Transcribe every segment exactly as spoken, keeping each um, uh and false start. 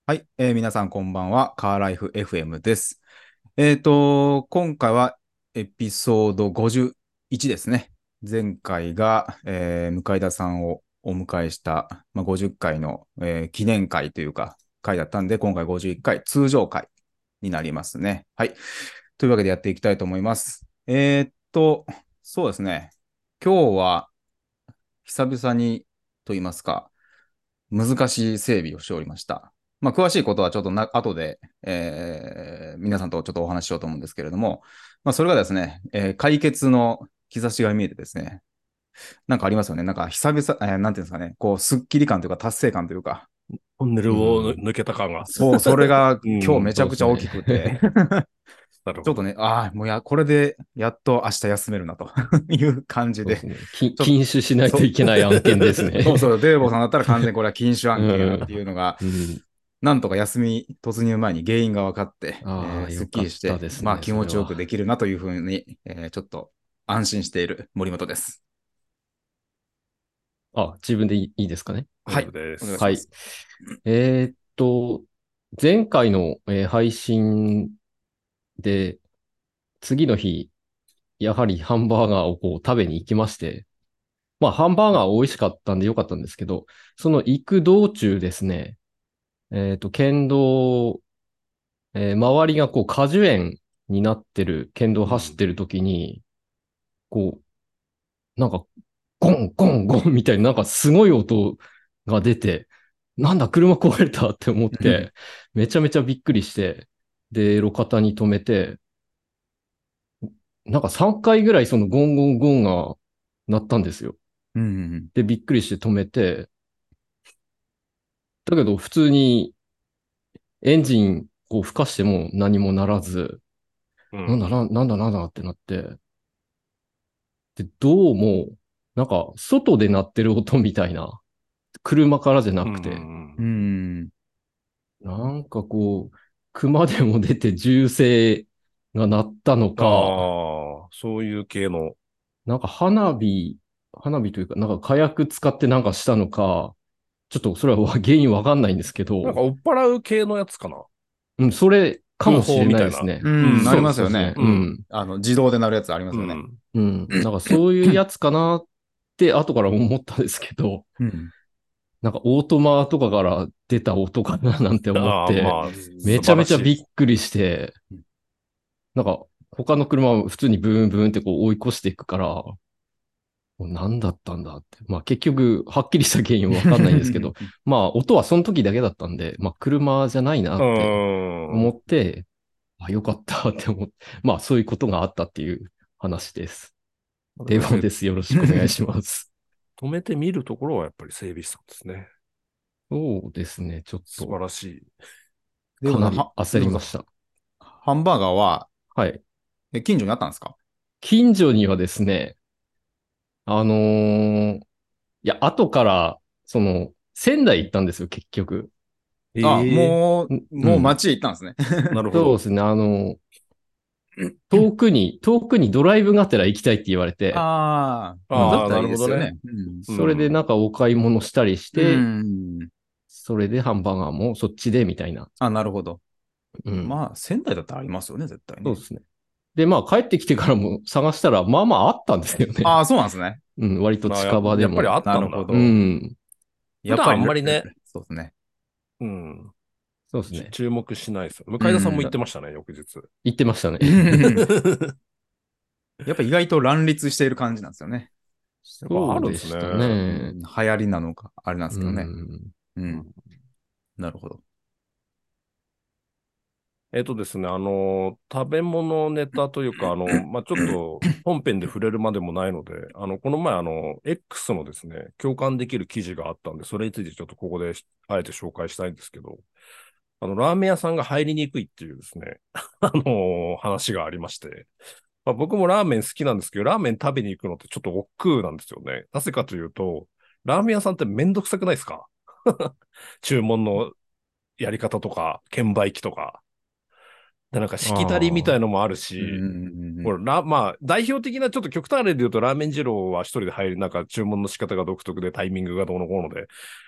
はい、えー皆さんこんばんは。カーライフ エフエム です。えっと、今回はエピソードごじゅういちですね。前回が、えー向田さんをお迎えした、まあ、ごじゅっかいの、えー記念会というか、会だったんで、今回ごじゅういっかい通常会になりますね。はい。というわけでやっていきたいと思います。えーっと、そうですね。今日は久々にと言いますか、難しい整備をしておりました。まあ、詳しいことはちょっとな後で、えー皆さんとちょっとお話ししようと思うんですけれども、まあ、それがですね、えー解決の兆しが見えてですね、なんかありますよね。なんか久々、えーなんていうんですかね、こう、スッキリ感というか達成感というか、 トンネルをうん。 抜けた感が。 そう、それがうん。 今日めちゃそうですね。 くちゃ大きくて、 なるほど。 ちょっとね、ああ、もうや、これでやっと明日休めるなという感じで、 そうですね。きちょっと、 禁酒しないとそ、 いけない案件ですね。 そうそう、デーボさんだったら完全にこれは禁酒う案件やってん。 いうのが、 うん。 なんとか休み突入前に原因が分かって、 ああ、 えーすっよかっきりして、 たですね、 まあ気持ちよくそれは。 できるなというふうに、えーちょっと安心している森本です。 あ、自分でいい、いいですかね。 はい、 大丈夫です。 はい。 お願いします。 えーっと、前回の、えー配信で、次の日、やはりハンバーガーをこう食べに行きまして、まあ、ハンバーガー美味しかったんでよかったんですけど、その行く道中ですね、えーっと、県道、えー周りがこう果樹園になってる県道をうん。 走ってる時に、こう、なんか、ゴン、ゴン、ゴンみたいな、なんかすごい音が出て、なんだ、車壊れたって思っうんて、めちゃめちゃびっくりして、で、路肩に止めて、なんかさんかいぐらいそのゴンゴンゴンが鳴ったんですよ。 うんうんで、びっくりして止めて、だけど普通にエンジンを吹かしても何もならず、 うん。 なんだな、なんだなんだってなって、で、どうも、なんか外で鳴ってる音みたいな、車からじゃなうくて、 うん。 んなんかこう、熊でも出て銃声が鳴ったのか、 ああ、そういう系の。 なんか花火、花火というか、なんか火薬使ってなんかしたのか、ちょっとそれは原因わかんないんですけど、 なんか追っ払う系のやつかな。 うん、それか空もしれ砲みたいな。 ないですね。 うんうん、ありうん。 そうです、そうですね。 ますよね。 ううん。 ん。 あの、自動で鳴るやつありますよね。 うん。 うん。なんかそういうやつかなって後から思ったんですけど、 うん。 なんかオートマとかから出た音かななんて思っああ、 て、 まあ、 めちゃめちゃ素晴らしい。 びっくりして、なんか他の車は普通にブーンブーンってこう追い越していくから、もう何だったんだって。まあ結局、はっきりした原因はわかんないんですけど、まあ音はその時だけだったんで、まあ車じゃないなうって思ん。 って、あ、よかったって思って、まあそういうことがあったっていう話です。デボンでです。よろしくお願いします。 止めてみるところはやっぱり整備したんですね。 そうですね。ちょっ素晴と、 らしい。 でもさん、 かなりは、でもさ、 焦りました。 ハンバーガーは、 はい。 え、近所にあったんですか？ 近所にはですね、あのーいや、後から、その、仙台行ったんですよ、結局。 あ、 ええ、 もんう、 うん。 もう街へ行ったんですね。 なるほど。 そうですね。あの、遠くに、遠くにドライブがてら行きたいって言われて、 ああ、まあ、だああ、 ったらいいなるほどね。 ですよね。うん。 うん。 それでなんかお買い物したりしうて、 ん。 それでハンバーガーもそっちでみたいな。 あ、なるほど。 うん。 まあ、仙台だったらありますよね、絶対ね。 そうですね。で、まあ帰ってきてからも探したら、まあまああったんですよね。 ああ、そうなんですね。 うん、割とああ、や、 近場でも。 やっぱりあっなるたんだ。 うほど。 ん。 普段あやっぱりル、 んまりね、 そうですね。 うん、ちそうですね。 注目しないですよ。向う田さんも言っん。 てましたね、翌日。 言ってましたね。 やっぱ意外と乱立している感じなんですよね。 やっぱあそうるんですね。 でしたうね。 ん、流行りなのか、あれなんですうけどね。 ん。 うん。 うん、 なるほど。 えっとですね、あの、食べ物ネタというか、あの、まあ、ちょっと本編で触れるまでもないので、あの、この前、あの、X のですね、共感できる記事があったんで、それについてちょっとここであえて紹介したいんですけど、あの、ラーメン屋さんが入りにくいっていうですね、あの話がありまして、まあ、僕もラーメン好きなんですけど、ラーメン食べに行くのってちょっと億劫なんですよね。なぜかというと、ラーメン屋さんってめんどくさくないですか？注文のやり方とか、券売機とか。で、なんか、しきたりみたいああ。 のもあるうんうし、 んうんこれ、ラ、まあ、代表的なちょっと極端な例で言うと、ラーメン二郎は一人で入る、なんか注文の仕方が独特でタイミングがどうのこうので、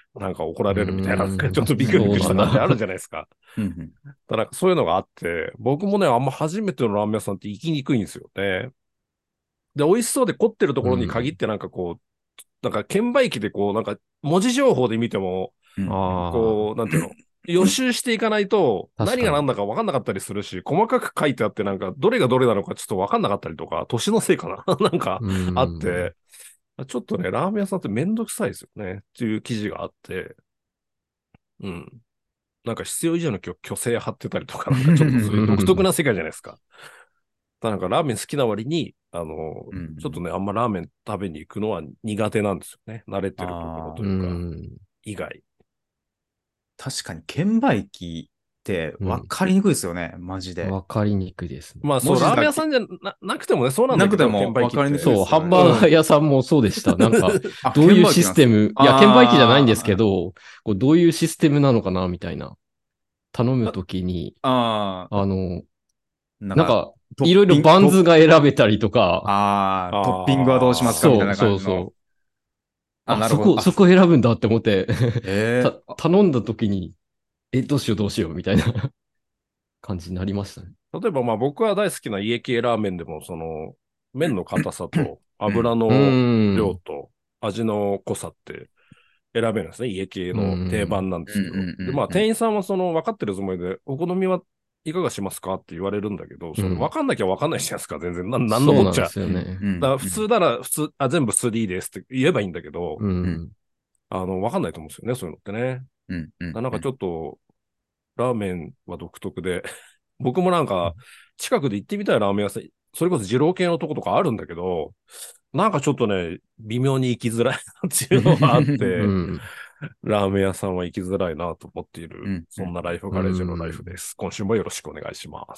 なんか怒られるみたいな、 うーんちょっとビクビクした感じあるじゃないですか。 うんうんだからそういうのがあって、僕もね、あんま初めてのラーメン屋さんって行きにくいんですよね。で、美味しそうで凝ってるところに限ってなんかこう、なんか券売機でこう、なんか文字情報で見ても、 うんうんあこう、なんていうの、予習していかないと、 確かに何が何だか分かんなかったりするし、細かく書いてあって、なんか、どれがどれなのかちょっと分かんなかったりとか、年のせいかななんかあ、うーん。 あって、ちょっとね、ラーメン屋さんってめんどくさいですよね。っていう記事があって、うん。なんか必要以上の虚虚勢張ってたりとか、なんかちょっとそういう独特な世界じゃないですか。だからなんかラーメン好きな割に、あの、 うんちょっとね、あんまラーメン食べに行くのは苦手なんですよね。慣れてるところとういうか、 ん。 以外。 確かに券売機って分かりにくいですよね、マジで。 わかりにくいですね。 まあそう、 文字だけラーメン屋さんじゃななくてもね、そうなんだけど、 なくても券売機って。 分かりにくいでそう、 すよね。 ハンバーガー屋さんもそうでした。なんか、 あ、 どういう券売機なんですか？ システム、いや、券売機じゃないんですけあど、こうどういうシステムなのかな、みたいな。頼むときに、 あ、ああ、 あの、 なんか、 なんか、 トいろいろッピング、トッバンズが選べたりとか、 ああ、トッピングはどうしますかみたいそうな感じの。 そうそう。 あ、 あ、 なるほど。 そこ、 あ、 そこ選ぶんだって思って、た、 ええあ頼んだときに、え、どうしようどうしようみたいな感じになりましたね。 例えばまあ僕は大好きな家系ラーメンでも、その、麺の硬さとうん油うのーん。 量と味の濃さって選べるんですね。家系うの定ん。 番なんでうんすけど。で、 うんうんうん。 まあ店員さんはその分かってるつもりで、お好みはいかがしますかって言われるんだけど、その分うん。 かんなきゃ分かんないじゃないですか、全然。な、なんのそうなんでこっちゃ。 すよね。 うんうんだから普通なら普通、あ、全部普通でいいですって言えばいいんだけど、 ううん。 ん。 あの、分かんないと思うんですよね、そういうのってね。 うんうんうん。 だからなんかちょっと、ラーメンは独特で、僕もなんか、近くで行ってみたいラーメン屋さん、それこそ二郎系のとことかあるんだけど、なんかちょっとね、微妙に行きづらいなっていうのはあっうて、 ん。 ラーメン屋さんは行きづらいなと思っている、 うんうん。 そんなライフうガレージのライフでん。 す。今週もよろしくお願いします。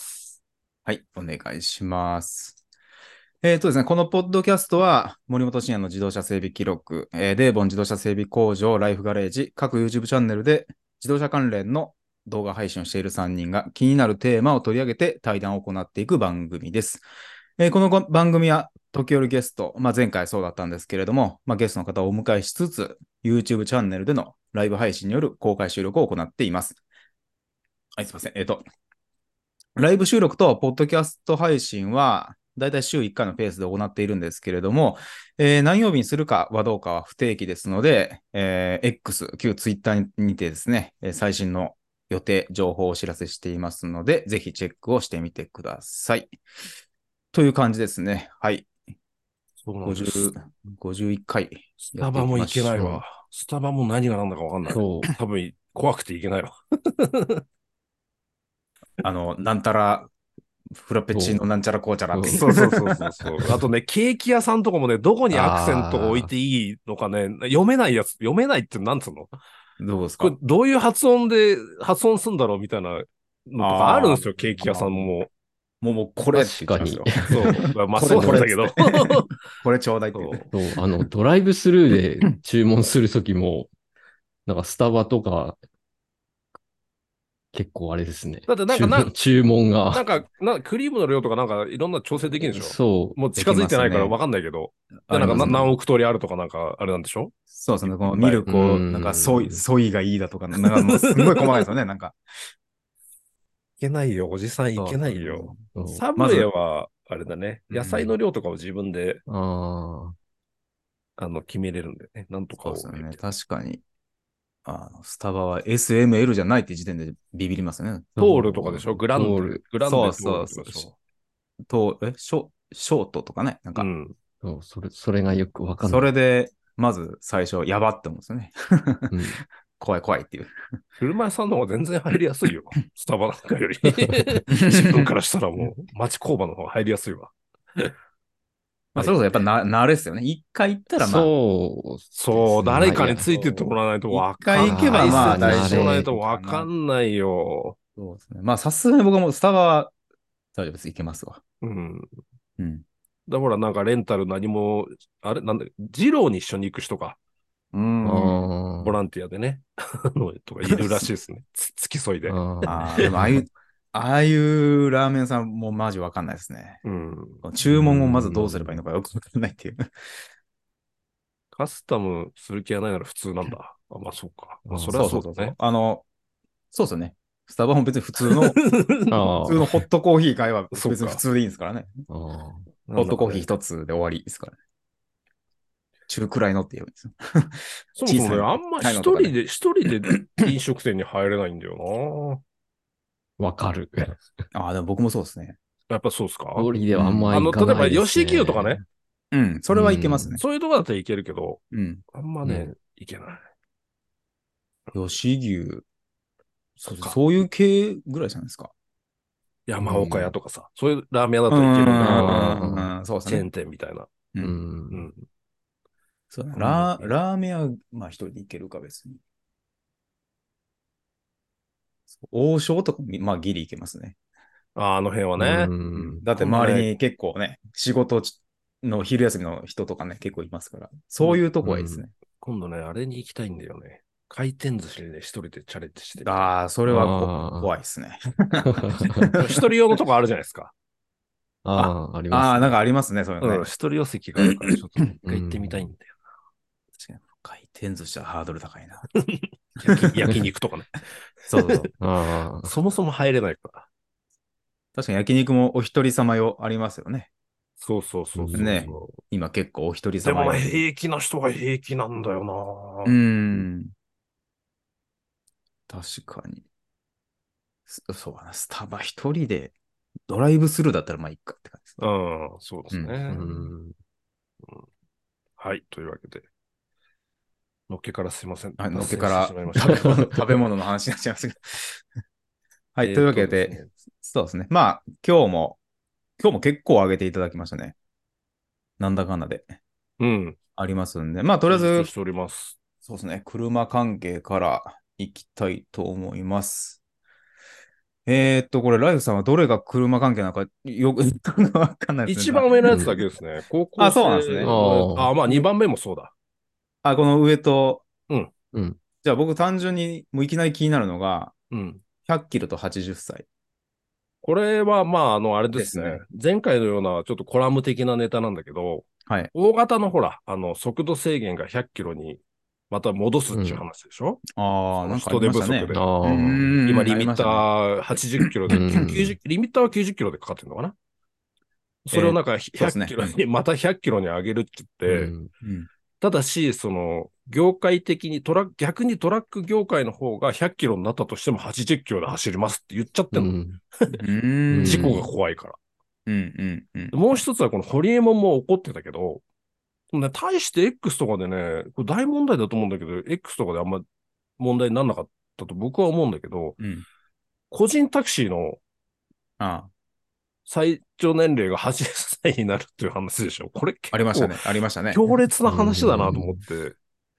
はい、お願いします。えっとですね、このポッドキャストは、森本慎也の自動車整備記録、えーデーボン自動車整備工場、ライフガレージ、各 YouTube チャンネルで自動車関連の動画配信をしているさんにんが気になるテーマを取り上げて対談を行っていく番組です。えーこのご番組は時折ゲスト、まあ、前回そうだったんですけれども、まあ、ゲストの方をお迎えしつつ、YouTube チャンネルでのライブ配信による公開収録を行っています。はい、すいません。えっと、ライブ収録とポッドキャスト配信は、だいたい週いっかいのペースで行っているんですけれども、えー何曜日にするかはどうかは不定期ですので、えー X、旧 Twitter ににてですね、えー最新の予定、情報をお知らせしていますので、ぜひチェックをしてみてください。という感じですね。はい。 そうなんです。 ごじゅう、ごじゅういっかいスやっていきタバも行けましょう。 ないわ。スタバも何が何だかわかんない。 そ多分、怖くて行けないわ。 あの、なんたら、フラペう。 チーノそなんちゃらこうちゃらってう。 いう。 そうそうそうそうそう。あとね、ケーキ屋さんとかもね、どこにアクセントを置いああ、 ていいのかね、読めないやつ、読めないってなんつうのどうですか？ これどういう発音で発音するんだろうみたいなのとかあるんあですよ、ケーキ屋さんも。 もう、もうこれって確かに。 言っちゃいますよ。 そう。まあこれ、 そうなんだけど。 これっつって。これちょうだいっていう。 そうそう、あの、ドライブスルーで注文するときも、なんかスタバとか結構あれですね。 だってなんかな、 注文、注文が。 なんか、なクリームの量とかなんかいろんな調整できるんでしょそもう近づいてないからわかんないけど。で、なんかなありますね。 何億通りあるとかなんかあれなんでしょそうですね。このミいっぱい。 う。うルクを、なんか、ソイ、 ん。 ソイがいいだとか、なんかもうすんごい細かいですよね。なんか。 いけないよ、おじさんいけそうそうないよ。 そサブウェイまず、 は、あれだね。 うん、 野菜の量とかを自分で、 う。ああ。 あの、決めれるんでね。なんとかそうですよね。 を入れて。 確かに、あの、スタバは エスエムエル じゃないって時点でビビりますよね。 トールとかでしょグランデ、 トール。 グランそうデトールそうそう。 とかでしょと、え、ショ、ショートとかね。なんか、 うん。 そう、それ、それがよくわかんそない。 れで、まず最初、やばって思うんですよね。 うん。 怖い怖いっていう。 車屋さんの方が全然入りやすいよ。スタバなんかより。自分からしたらもう、町工場の方が入りやすいわ。 まあ、 はい。 それこそやっぱな、慣れですよね。一回行ったら、まあ、 そうですそう、 ね。まあ、いや、 誰かについてってもらわないと一わかん、 回行けば、 解まあ、 ああ、 大丈説してもらわないと夫わかな。 かんないよ。 そうですね。まあ、さすがに僕はもうスタバは大丈夫です。行けますわ。 うん。 うん。 だからなんかレンタル何も、あれなんだ、二郎に一緒に行く人か。 うーん。 あボランティアでね。あのとかいるらしいですね。つ付き添いで。 あ、 ああ、でもああいう、ああいうラーメン屋さんもマジわかんないですね。 うん。 注文をまずどうすればいいのかよくわかんないっていう。 カスタムする気はないなら普通なんだ。 あ、まあそうか。まあうんそれそうそうそうそう。 はそうだね。 あの、そうですよね。スタバも別に普通の、普あ通のホットコーヒー買えばそうか別に普通でいいんですからね。 あ。ああ。 ホットコーヒーなんだかね。 一つで終わりですからね。中くらいのって言うんですよ。 そもそもね、 小さいの、 あんま小さいのとかね。 一人で、一人で飲食店に入れないんだよわかる。 ああ、でも僕もそうですね。 な。やっぱそうですか？ 一人ではあんまあの、 行か例えば、 ないですね。 吉牛とかね、 うん、それはいけますね。 そういうとこだったらいけるけど、 うん。 あんまね、いけない。 吉牛、そうそう、 そっか。 そういう系ぐらいじゃないですか。 山岡屋とかさ、そういうラーメン屋だうといけるんだけど、 あーん、そうですね。 チェーン店みたいな。 う。 うん。 うんん。 そうだね。 あんまラー、ラーメン屋、まあ一人で行けるか別に。王将とかも、まあギリ行けますね。 あ、あの辺はうね。 うんん。 だって今度ね、 周りに結構ね、仕事の昼休みの人とかね、結構いますから。そういうとこはいいですね。 今度ね、あれに行きたいんだよね。回転寿司にね、一人でチャレンジしてみたい。 ああ、それはこああ。 怖いですね。 一人用のとこあるじゃないですか。 あ、 ああ、ありまああ、なんかすね。 ありますね、そういうのね。 うん、一人用席があるから、ちょっと一う回行ってみたいんん。 だよ。 確かに回転寿司はハードル高いな。 焼き焼肉とかね。 そうそうそう。 ああ。 そもそも入れないから。 確かに焼肉もお一人様用ありますよね。 そうそうそうそうね。 そ今結構お一人う。でもね、 様用で。 平気な人が平気なんだようーな。 ん。確かに。そそうだな。スタバ一人でドライブスルーだったらまあいいかって感じですね。 うん、そうですね。 うん。 はい、というわけで。のっけからすいません。 はい、のっけ脱線してしからまいましたけど。 食べ物、食べ物の話になっちゃいますけど。はい、というわえーっとけで、 ですね。 そうですね。まあ、今日も、今日も結構上げていただきましたね。なんだかんだでうん。 ありますんで。まあ、とりあえず、 充実しております。 そうですね。車関係からいきたいと思います。えーっと、これ、ライフさんはどれが車関係なのか、よく、わかんないですね。 一番上のやつだけですね。高校あ、そうなんですね。 生のやつ。 ああ。 あ、まあ二番目もそうだ。 あ、この上と、 うん。 うん。 じゃあ僕単純に、もういきなり気になるのが、 うん。 ひゃっキロとはちじゅっさいこれは、まあ、あの、あれですね。 ですね。 前回のようなちょっとコラム的なネタなんだけど、 はい。 大型のほら、あの、速度制限がひゃっキロにまた戻すっていう話でしょ？ ああ、 そのなんかあり人手ましたね。 不足で。 あうーあ。 ん、あり今リミッタましたね。 ーはちじゅっキロうで、きゅうじゅうん。 リミッターはきゅうじゅっキロでかかってるのかな？それえーをなんか100 そうですね。 キロに、またひゃっキロに上げるって言って、 うん。 うん。 ただし、その、業界的にトラック、逆にトラック業界の方がひゃっキロになったとしてもはちじゅっキロで走りますって言っちゃってんの。 うん。 うーん。 事故が怖いから。 うん、うん、うん。 もう一つはこのホリエモンも怒ってたけど、ね、対して X とかでね、これ大問題だと思うんだけど、X とかであんま問題にならなかったと僕は思うんだけど、 うん。 個人タクシーのあ最長年齢がはちじゅっさいになるっていう話でしょ。これあ、 結構ありましたね。ありましたね。 強烈な話だなと思って。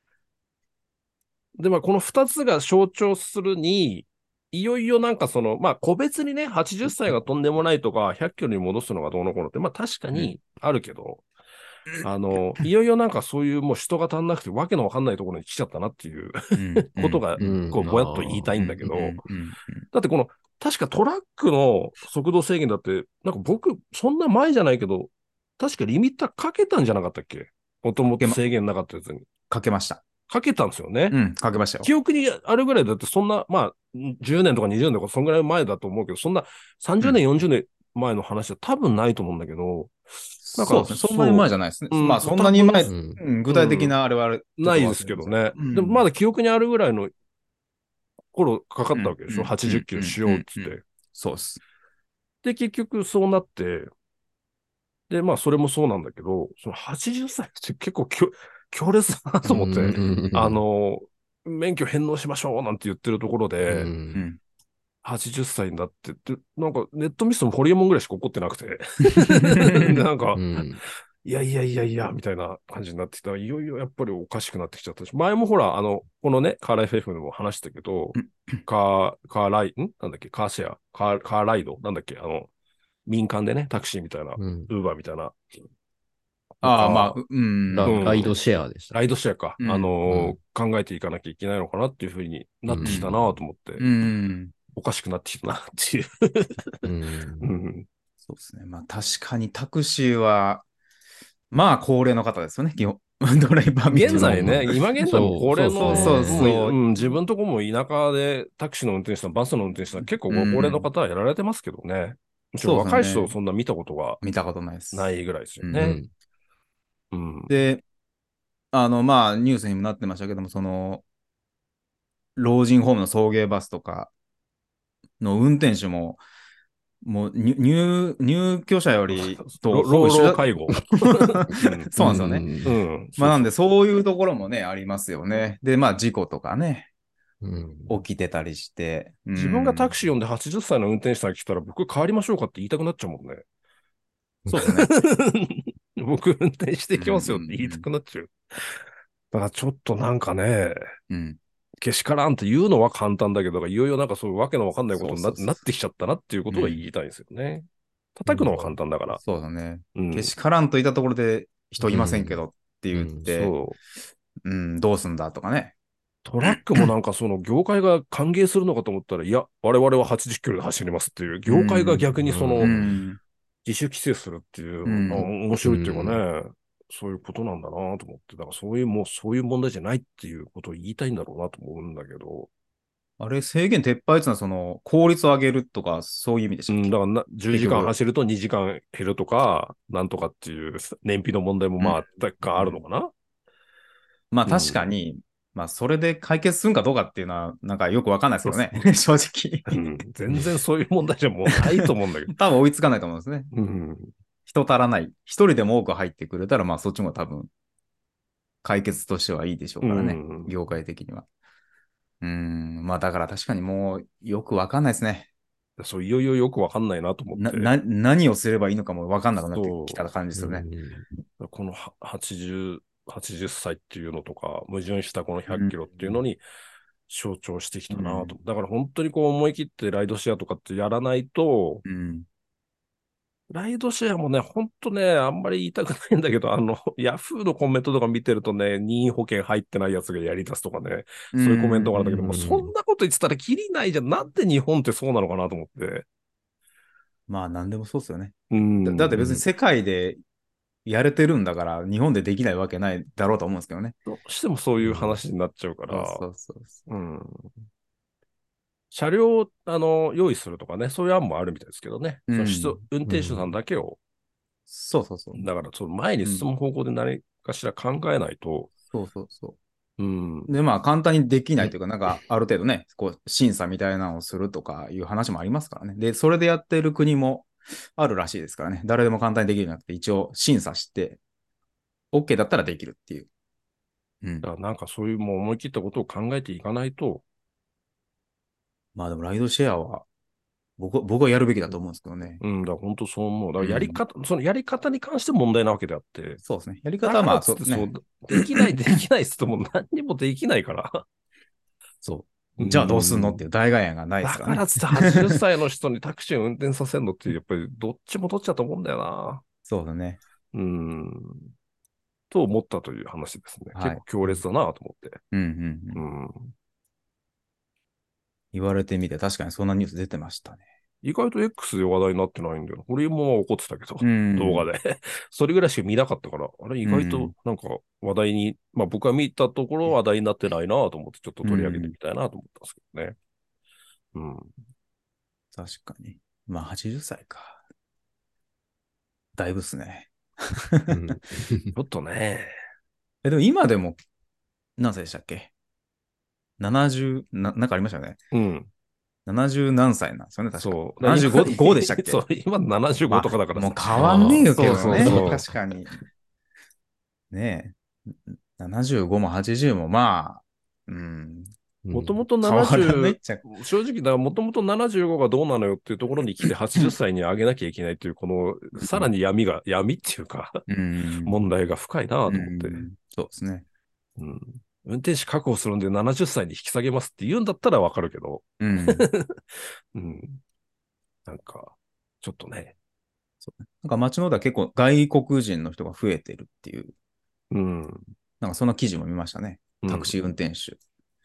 で、まあ、この二つが象徴するに、いよいよなんかその、まあ、個別にね、はちじゅっさいがとんでもないとか、ひゃっキロに戻すのがどうのこうのって、まあ、確かにあるけど、あの、いよいよなんかそういうもう人が足んなくてわけのわかんないところに来ちゃったなっていううん、 ことが、 うん、 うん。 こう、ぼやっと言いたいんだけど、 うん、うん、うん。 だってこの、確かトラックの速度制限だって、なんか僕、そんな前じゃないけど、確かリミッターかけたんじゃなかったっけ？もともと制限なかったやつに。 かけました。 かけたんですよね。 うん、かけましたよ。 記憶にあるぐらいだってそんな、まあ、じゅうねんとかにじゅうねんとかそんぐらい前だと思うけど、そんなさんじゅうねん、よんじゅうねんまえの話は多分ないと思うんだけど、なんか、 そうですね。そんなに前じゃないですね。 うん、 まあ、そんなに前、 多分うん。 うん、具体的なあれはあれ、ちょっとないです忘れてますが。 けどね。 うんでもまだ記憶にあるぐらいの頃かかうんったわけでしょ？ うんはちじゅっ キロしようっつうんうんうんって。 そうです。 で、結局そうなって、で、まあ、それもそうなんだけど、そのはちじゅっさいって結構強強烈だなと思って、 うんあの、免許返納しましょうなんて言ってるところうで、 ん。 はちじゅっさいになってって、なんかネットミストもホリエモンぐらいしか起こってなくて、なんかう、ん。 いやいやいやいや、みたいな感じになってきた。いよいよやっぱりおかしくなってきちゃったし、前もほら、あの、このね、カーライフ F でも話したけど、カー、カーライ、んなんだっけ、カーシェア、カー、カーライドなんだっけ、あの、民間でね、タクシーみたいな、 うん。 ウーバーみたいな。 ああ、まあ、 とかうん。 ラうんライドシェアでした。 ライドシェアか、 うんあのーうん考えていかなきゃいけないのかなっていうふうになってきたなと思って、 うん。 おかしくなってきたなっていう。 う。 うんんそうですね。まあ、確かにタクシーは、まあ、高齢の方ですよね。基本。 ドライバー見て現在ね、今現在も高齢の、 そうそうそうもううん、自分とこも田舎でタクシーの運転手さん、バスの運転手さん、結構ご高齢の方はやられてますけどね。むしろ若い人をそんな見たことが見たことないです。 ないぐらいですようんね。 ん。 うん。 で、あの、まあ、ニュースにもなってましたけども、その、老人ホームの送迎バスとかの運転手も、もう入、入入居者よりと老ほぼ一緒だ。 老介護。うん。 そうなんですよね。 うん。 うん。 まあ、なんで、 そうそう。 そういうところもね、ありますよね。で、まあ、事故とかね、 うん起きてたりして。う自分がタん。 クシー呼んではちじゅっさいの運転手さん来たら僕変わりましょうかって言いたくなっちゃうもんね。 そうですね。 僕運転していきうんますよって言いたくなっちゃう。だからちょっとなんかね、 うんうん。 けしからんって言うのは簡単だけど、いよいよなんかそういうわけのわかんないことにな、 そうそうそう。 なってきちゃったなっていうことが言いたいんですよね。叩くのは簡単だから。 そうだね。 うん。 けしからんといったところで人いませんけどって言っうんて、 そう。 うん、どうすんだとかね。 トラックもなんかその業界が歓迎するのかと思ったら、いや、我々ははちじゅっキロで走りますっていう、業界が逆にそのうん。 自主規制するっていう、あうん面白いっていうかね、そういうことなんだなと思って、だからそういう、もうそういう問題じゃないっていうことを言いたいんだろうなと思うんだけど、 あれ、制限撤廃っていうのは、その、効率を上げるとか、そういう意味でしうん、 たっけ？ だからな10時間結局。 走るとにじかん減るとか、なんとかっていう燃費の問題もうん。 まあ、若干あるのかな。 まあ、 うん。 確かに、まあ、それで解決するんかどうかっていうのは、なんかよくわかんないですけどね。正直。 うん、全然そういう問題じゃもうないと思うんだけど。 多分追いつかないと思うんですね。 うん。 人足らない。一人でも多く入ってくれたら、まあ、そっちも多分、解決としてはいいでしょううからね。 ん。 業界的には。うん。まあ、だから確かにもう、よくわかんないですね。 そう、いよいよよくわかんないなと思っな、 て。 な、何をすればいいのかもわかんなくなってきそた感じですよね。 う。このははちじゅう、はちじゅっさいっていうのとか、矛盾したこのひゃっうん。 キロっていうのに象徴してきたなと。 うん。 だから本当にこう思い切ってライドシェアとかってやらないと、 うん。 ライドシェアもね、ほんとね、あんまり言いたくないんだけど、あの、ヤフーのコメントとか見てるとね、任意保険入ってないやつがやり出すとかね、 うそういうコメントがあるんだけど、もうそんうん。 なこと言ってたらキリないじゃん。なんで日本ってそうなのかなと思って。 まあ、なんでもそうですよね。 うだ、だって別にん。 世界でやれてるんだから、日本でできないわけないだろうと思うんですけどね。 どうしてもそういう話になっちゃうから、 そうそうそうそうん。車両を、あの、用意するとかね、そういう案もあるみたいですけどね。 う。うその人、 ん。 運転手さんだけを、 そうそうそう。 だから、その前にうん。 進む方向で何かしら考えないと、 そうそうそうん。 う。で、まあ、簡単にできないというか、なんか、ある程度ね、こう、審査みたいなのをするとかいう話もありますからね。で、それでやってる国もあるらしいですからね。誰でも簡単にできるようになって、一応審査して、OK だったらできるっていう。うん。 だからなんかそういうもう思い切ったことを考えていかないと、 まあでも、ライドシェアは、僕は、僕はやるべきだと思うんですけどね。 うん、だから本当そう思う。だからやりうん。 方、そのやり方に関して問題なわけであって、 そうですね。やりだ方はまあ、 からっつってそう、 そうね。 できない、できないっつっても何にもできないから。 そうう。じゃあどうすんのっん。 ていう代替案がないですからね。 だからっつってはちじゅっさいの人にタクシーを運転させるのって、やっぱりどっちもどっちだと思うんだよな。 そうだね。 うん。と思ったという話ですね。 はい。 結構強烈だなと思って。 うんうんうん。 うん。 言われてみて、確かにそんなニュース出てましたね。 意外と X で話題になってないんだよ。俺も怒ってたけど、 うん。 動画で。それぐらいしか見なかったから、あれ意外とうん。 なんか話題に、まあ僕が見たところ話題になってないなと思ってちょっとう取り上げてん。 みたいなと思ったんですけどね。うん。 確かに。まあ、はちじゅっさいか。だいぶっすね。 うん。 ちょっとね、 え、でも今でも、何歳でしたっけ？ ななじゅう、な、なんかありましたよね。 うん。 ななじゅう何歳なんですよね、確か。 そう。だ今、 ななじゅうご、ごでしたっそう、 け？ 今ななじゅうごまあ、 とかだからさ。 もう変わんねえよけそうそうどね。 そ確かに。ねえ。ななじゅうごもはちじゅうもまあ、うん、 う。もともと変わらないっちゃ。 ななじゅう、正直だからもともとななじゅうごがどうなのよっていうところに来てはちじゅっさいに上げなきゃいけないっていう、この、さらに闇が、闇っていうか、 うん。 問題が深いなうと思って。 ん。そうですね。 うん。運転手確保するんでななじゅっさいに引き下げますって言うんだったらわかるけど、 うん。 うん。なんか、ちょっとね、 そうなんか街の方では結構外国人の人が増えてるっていう、 うん。 なんかそんな記事も見ましたね。 うん。 タクシー運転手。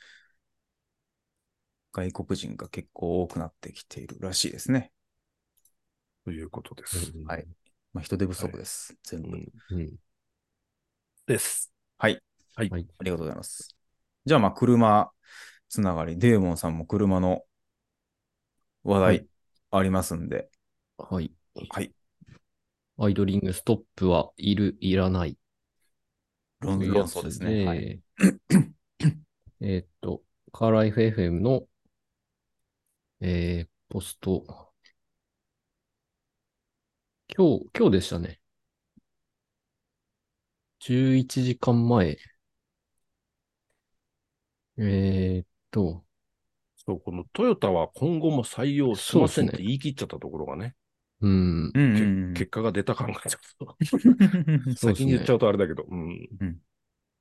外国人が結構多くなってきているらしいですね。 ということです。 はい。まあ、人手不はい。 足です。全部。 うん。 うん。 です。 はい。 はい。 はい。 ありがとうございます。じゃあ、まあ、車つながり、デーモンさんも車の話題はい。 ありますんで。 はい。 はい。 アイドリングストップはいる、いらないと論、 いうやつ論争ですね。はい。 で、えーっと、カーライフ エフエム の、えーポスト、今日、今日でしたね。じゅういちじかんまえ。えーっと、 そう、このトヨタは今後も採用しませんってそうですね。 言い切っちゃったところがね、 うん、 うんけうんうん。 結果が出た感がちょっとそうですね。 先に言っちゃうとあれだけど、うん。 うん。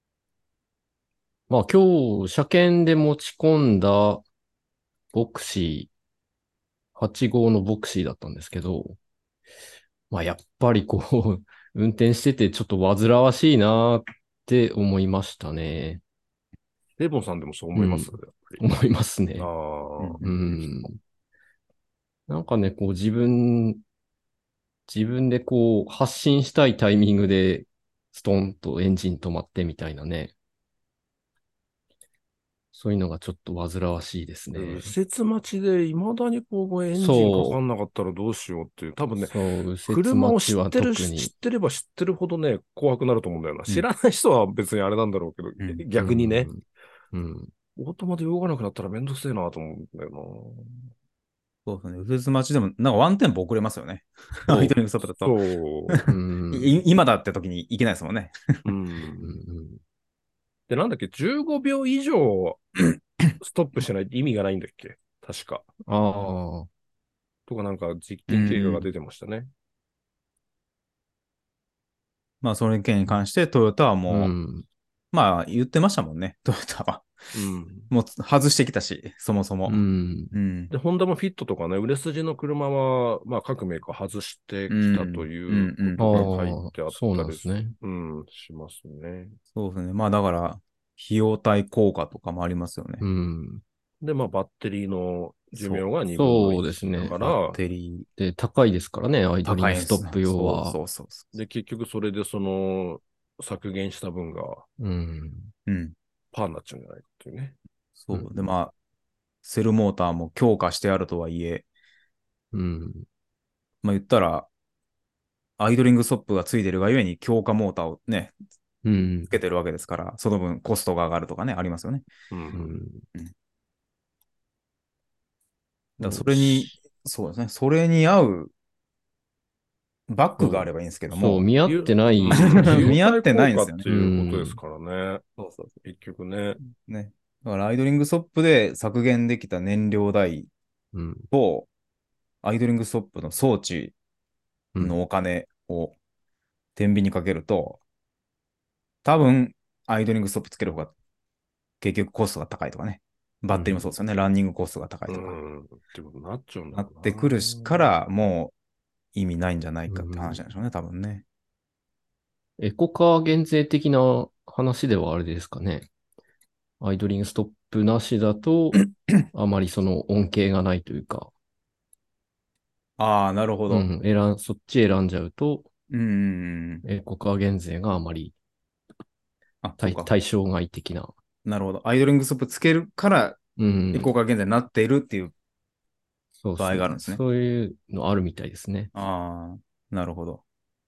まあ今日、車検で持ち込んだボクシー、はち号のボクシーだったんですけど、まあやっぱりこう、運転しててちょっと煩わしいなって思いましたね。 デーボンさんでもそう思います、 うん、 やっぱり。 思いますあね。 あ、 うん。なんかね、こう自分、自分でこう発信したいタイミングでストンとエンジン止まってみたいなね。そういうのがちょっと煩わしいです右ね。 折待ちで未だにこうエンジンかかそんなかったらどうしようっていう、多分う、 ね、 そう、右折車を待ちは知ってるし、 特に。 知ってれば知ってるほどね、怖くなると思うんだよな。 うん。 知らない人は別にあれなんだろうけど、 うん。 う逆にね、 ん、うん。 オートマで動かなくなったらめんどくせえなと思うんだよそうですね。右折待ちでも、なんかワンテンポ遅れますよね。アイドそリングストップだな。 と。 そう、うん、うん、 い今だって時に行けないですもんね。 う。ううん。 ん。 で、なんだっけ、じゅうごびょう以上ストップしないと意味がないんだっけ確か。 ああ、 とかなんか実うん験経過うん。 が出てましたね。 まあ、それ件に関してトヨタはもうん、 う、まあ、言ってましたもんね。トヨタは。 うん。 もう外してきたし、そもそうも。 ん、 うん。 で、ホンダもフィットとかね、売れ筋の車は、まあ各メーカー外してうきたとん。ういうん。うあことが書いあ、 てあっそうたりす、 なんですね。 うん、しますね。 そうですね。まあ、だから、費用対効果とかもありますよね。 うん。 で、まあバッテリーの寿命そう。 がにぶんのそうですいちだね。 バッから、 テリーで、高いですからね、アイドリング高いんですね。 ストップ用は。 そうそうそうそで、結局それでその削減した分がうん、 う。うん。 パーになっちゃうんじゃないかっていうね。 うん、 そう。で、まあ、セルモーターも強化してあるとはいえ、 うん、 まあ言ったら、アイドリングストップがついてるがゆえに強化モーターをね、 うん、 つけてるわけですから、その分コストが上がるとかね、ありますよね。 うん。 うん。 うん。だからそそうれに、 し、 そうですね。それに合うバッグがあそう、 ればいいんですけどそう、 も、 見合ってな費用、ういん、費用見合ってな対効果いんですよね。 ってういうことですん、 からね。 そうそうそ結局ね。 う。ね。だからアイドリングストップで削減できた燃料代うん、 と、アイドリングストップの装置うん、 のお金を天秤にかけると、多分、アイドリングストップつける方が結局コストが高いとかね。バッテリーもそううん。 ですよね。ランニングコストが高いうとか。 ん、ってことになっちゃうんだなっろてくるしかうら、もう意味ないんじゃないかってうん。 話なんでしょうね、多分ね。 エコカー減税的な話ではあれですかね。アイドリングストップなしだと、あまりその恩恵がないというか、 ああ、なるほど。 うん、選ん、そっち選んじゃうと、 うんうんうん。 エコカー減税があまりあ、そう対、 か。 対象外的な。 なるほど。アイドリングストップつけるからうん、 エコーが現在になっているっていう場そうそう。 合があるんですね。 そういうのあるみたいですね。 ああ、なるほど。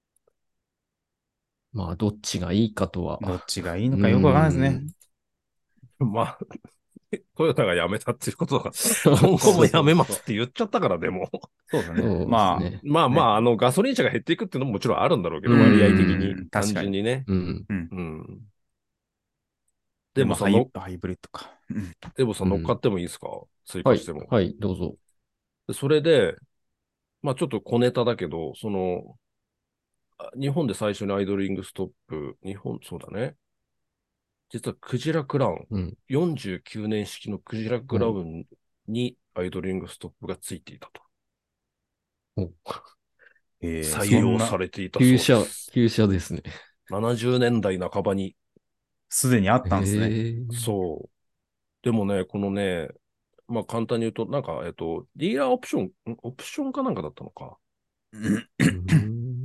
まあ、どっちがいいかとどっは。 ちがいいのうかよくわからないですね。 ん。 まあ、トヨタが辞めたっていうことが、 そう今後もそう辞めまそうそう。 すって言っちゃったから、でも。 そうですね。 そうですまね。 あ、ね。 まあまあ、あの、ガソリン車が減っていくっていうのももちろんあるんだろうけうど、割合的に、 ん。 ん、確単かに。 純にね。 うん。 うん。 うん。でで、まあ、ハイ、 もさの、 ハイブリッドか。うん。 でもさ、乗っかうん。 ってもいいですか追はい。 加しても。 はい、どうぞ。 でそれで、まあちょっと小ネタだけど、その、あ日本で最初にアイドリングストップ、日本、そうだね。実はクジラクラウン、 うん。 よんじゅうきゅうねん式のクジラクラお、 ウンにアイドリングストップがついていたと。 お、 えー、 採用そんな、 されていたそうで旧車、 す。 旧車ですね。 ななじゅうねんだい半ばに。 すでにあっへたんですね。 え。 そう。でもね、このね、まあ簡単に言うと、なんか、えっと、ディーラーオプション、んオプションかなんかだったのか。 うん。 うん。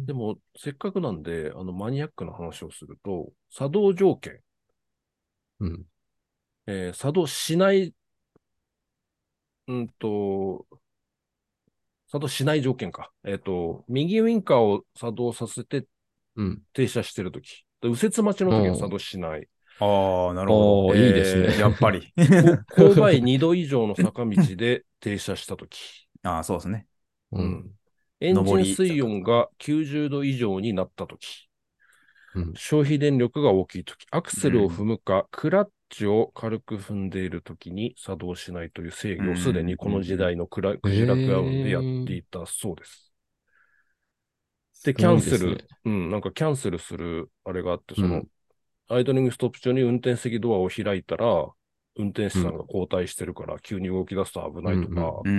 ん。 でも、せっかくなんで、あの、マニアックな話をすると、作動条件、 うん。 えー作動しない、うんと、作動しない条件か。えっ、と、右ウインカーを作動させてうん。 停車してるとき。右折待ちのときは作動おーしない。 ああ、なるほど。 おー、いいですね。 えやっぱり。 ー、こ勾配にど以上の坂道で停車したとき。 ああ、そうですね。 うん。 うん。エンジ上りン水坂とかね。 温がきゅうじゅうど以上になったとき。 うん。 消費電力が大きいとき。アクセルをうん。 踏むか、クラッチを軽く踏んでいるときに作動しないという制う御をすでん。 にこの時うん。 代のクラえクジラクラウンでやってー、 いたそうです。 すで、キャごいですね。 ンセル、うん、なんかキャンセルするあれがあって、その、 うん。 アイドリングストップ中に運転席ドアを開いたら、運転手うん。 さんが交代してるから急に動き出すと危うん。 ないとか、 うん。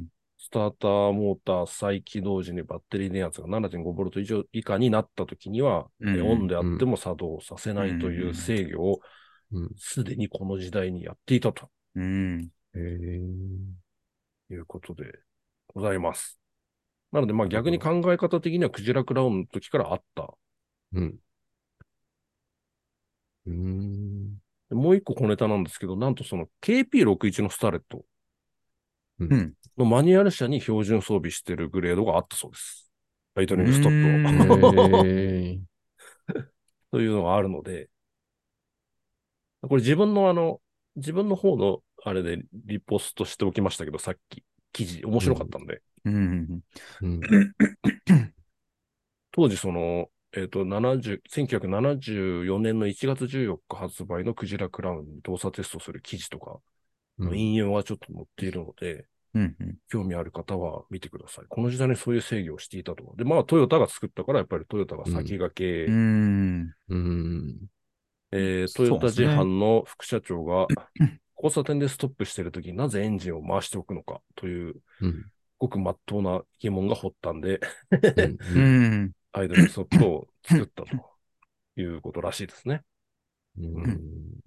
スターターモーター再起動時にバッテリー電圧が ななてんごボルト 以上以下になったときには、 うん。 えオンであうん。 っても作動させうないというん。 制御をうん。 すでにこの時代にやっていたとうん。 えー、 いうことでございます。なので、まあなるほど。 逆に考え方的にはクジラクラウンの時からあった。 うん。うーん。 でもう一個小ネタなんですけど、なんとその ケーピーろくじゅういち のスタレットうん。 うん。 のマニュアル車に標準装備しているグレードがあったそうです。ライトうニングストップを。 えー、 というのがあるので、これ自分のあの、自分の方のあれでリポストしておきましたけど、さっき記事面うん。 白かったんで、 うん。 うん。 当時その、えっ、と、ななじゅう、せんきゅうひゃくななじゅうよねんのいちがつじゅうよっか発売のクジラクラウンに動作テストする記事とかのうん。 引用がちょっと載っているので、 うん。うん。 興味ある方は見てください。この時代にそういう制御をしていたと。で、まあ、トヨタが作ったから、やっぱりトヨタがうん。 先駆うけ、 ん。 うん。 えートヨそうでタ自すね。 販の副社長が、交差点でストップしているときになぜエンジンを回しておくのかという、 うん。 ごく真っ当な疑問が発端で、 うん。 ううん。 ん。 アイドリングストップを作ったということらしいですね。 ううん。 ん。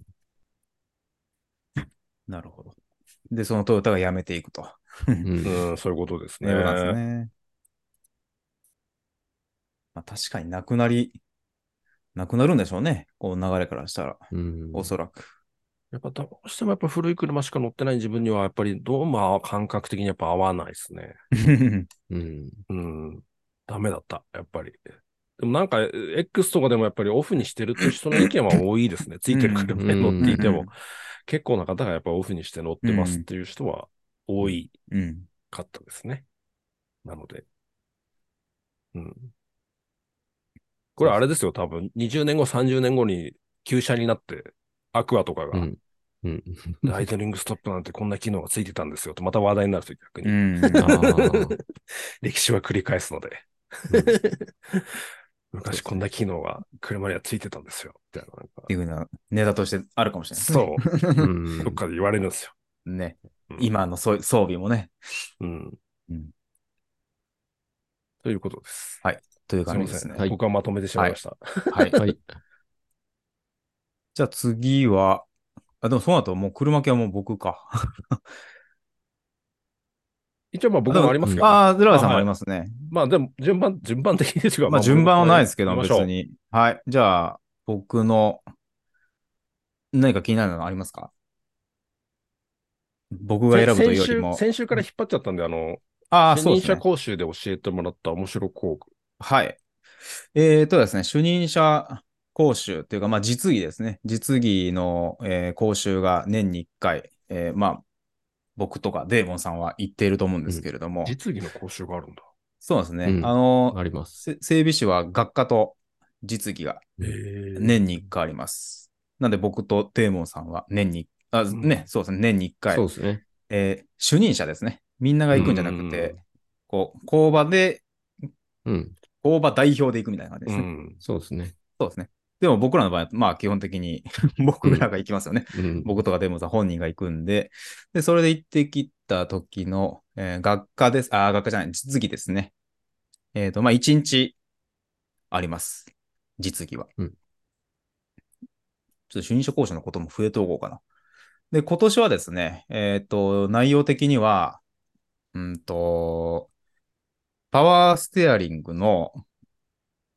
なるほど。で、そのトヨタが辞めていくと。 うん。 うん、そういうことですいうことなんですね。 ね。まあ、確かになくなり、なくなるんでしょうね。こう流れからしたら。 うん。 おそらく。 やっぱどうしてもやっぱ古い車しか乗ってない自分にはやっぱりどうも感覚的にやっぱ合わないですね。 うん。 うん。ダメだった、やっぱり。でもなんか X とかでもやっぱりオフにしてるという人の意見は多いですね。ついてる車うん。 に乗っていても。 うん。 結構な方がやっぱオフにして乗っうん。 てますっていう人は多いうん。 かったですね。なので。うん。こそうです。 れあれですよ、多分。にじゅうねんご、さんじゅうねんごに旧車になって、アクアとかが、 うん。うん。 ライトニングストップなんてこんな機能がついてたんですよと、また話題になると逆うに。 ああ。 ん。 歴史は繰り返すので。 うん。そうですね。 昔こんな機能が車にはついてたんですよ。みたいな、なんか。 っていうふうなネタとしてあるかもしれないですね。 そうう。どっん。 かで言われるんですよ。 ね。 うん。 今の装装備もね。 うん。 うん。 ということです。 はい。というすいません。 感じですね。 はい。 僕はまとめてしまはい。 いました。 はい。 はい。 じゃあ次は、あ、でもその後もう車系はもう僕か。 一応まああ、で僕もあも、 りますよ。 うん。 ああ、ゼラあ、 イさんもあはい。 りますね。 まあでも順番、順番的にですが、 まあまあ僕順番はから言ないですけど、 いましょ別に。はい。じゃあ、僕の何か気になるのありますか？僕う。せが選ぶという先週、 よりも。 先週から引っ張っちゃったんで、あの、 ああ、 主任そうですね。 者講習で教えてもらった面白工具。 はい。えーとですね、主任者講習っていうか、まあ実技ですね。実技の、えー講習が年にいっかい、えーまあ僕とかデーモンさんは言っていると思うんですうん。 けれども、 実技の講習があるんだ。 そうですね。あうん。 の、 あります。 せ整備士は学科と実技がうん。 ええ年にいっかいあります。なんで僕とデーモンさんは年に、あ、 うん。 ね、そうですね、年にいっかい、 そうですね。 えー主任者ですね。みんながう行くんじゃなくて、 ん。 こう、工場で、 うん。 工場代表で行くみたいな感じですね。 うん。 そうですね。 そうですね。でも僕らの場合は、まあ基本的に僕らうん。 が行きますよね。 うん。 僕とかデーモンさん本人が行くんで、で、それで行ってきた時の、えー学科です。あ、学科じゃない、実技ですね。えっと、まあいちにちあります。実技は。 うん。 ちょっと主任者講師のことも増えておこうかな。で、今年はですね、えっと、内容的には、うんと、パワーステアリングの、えー、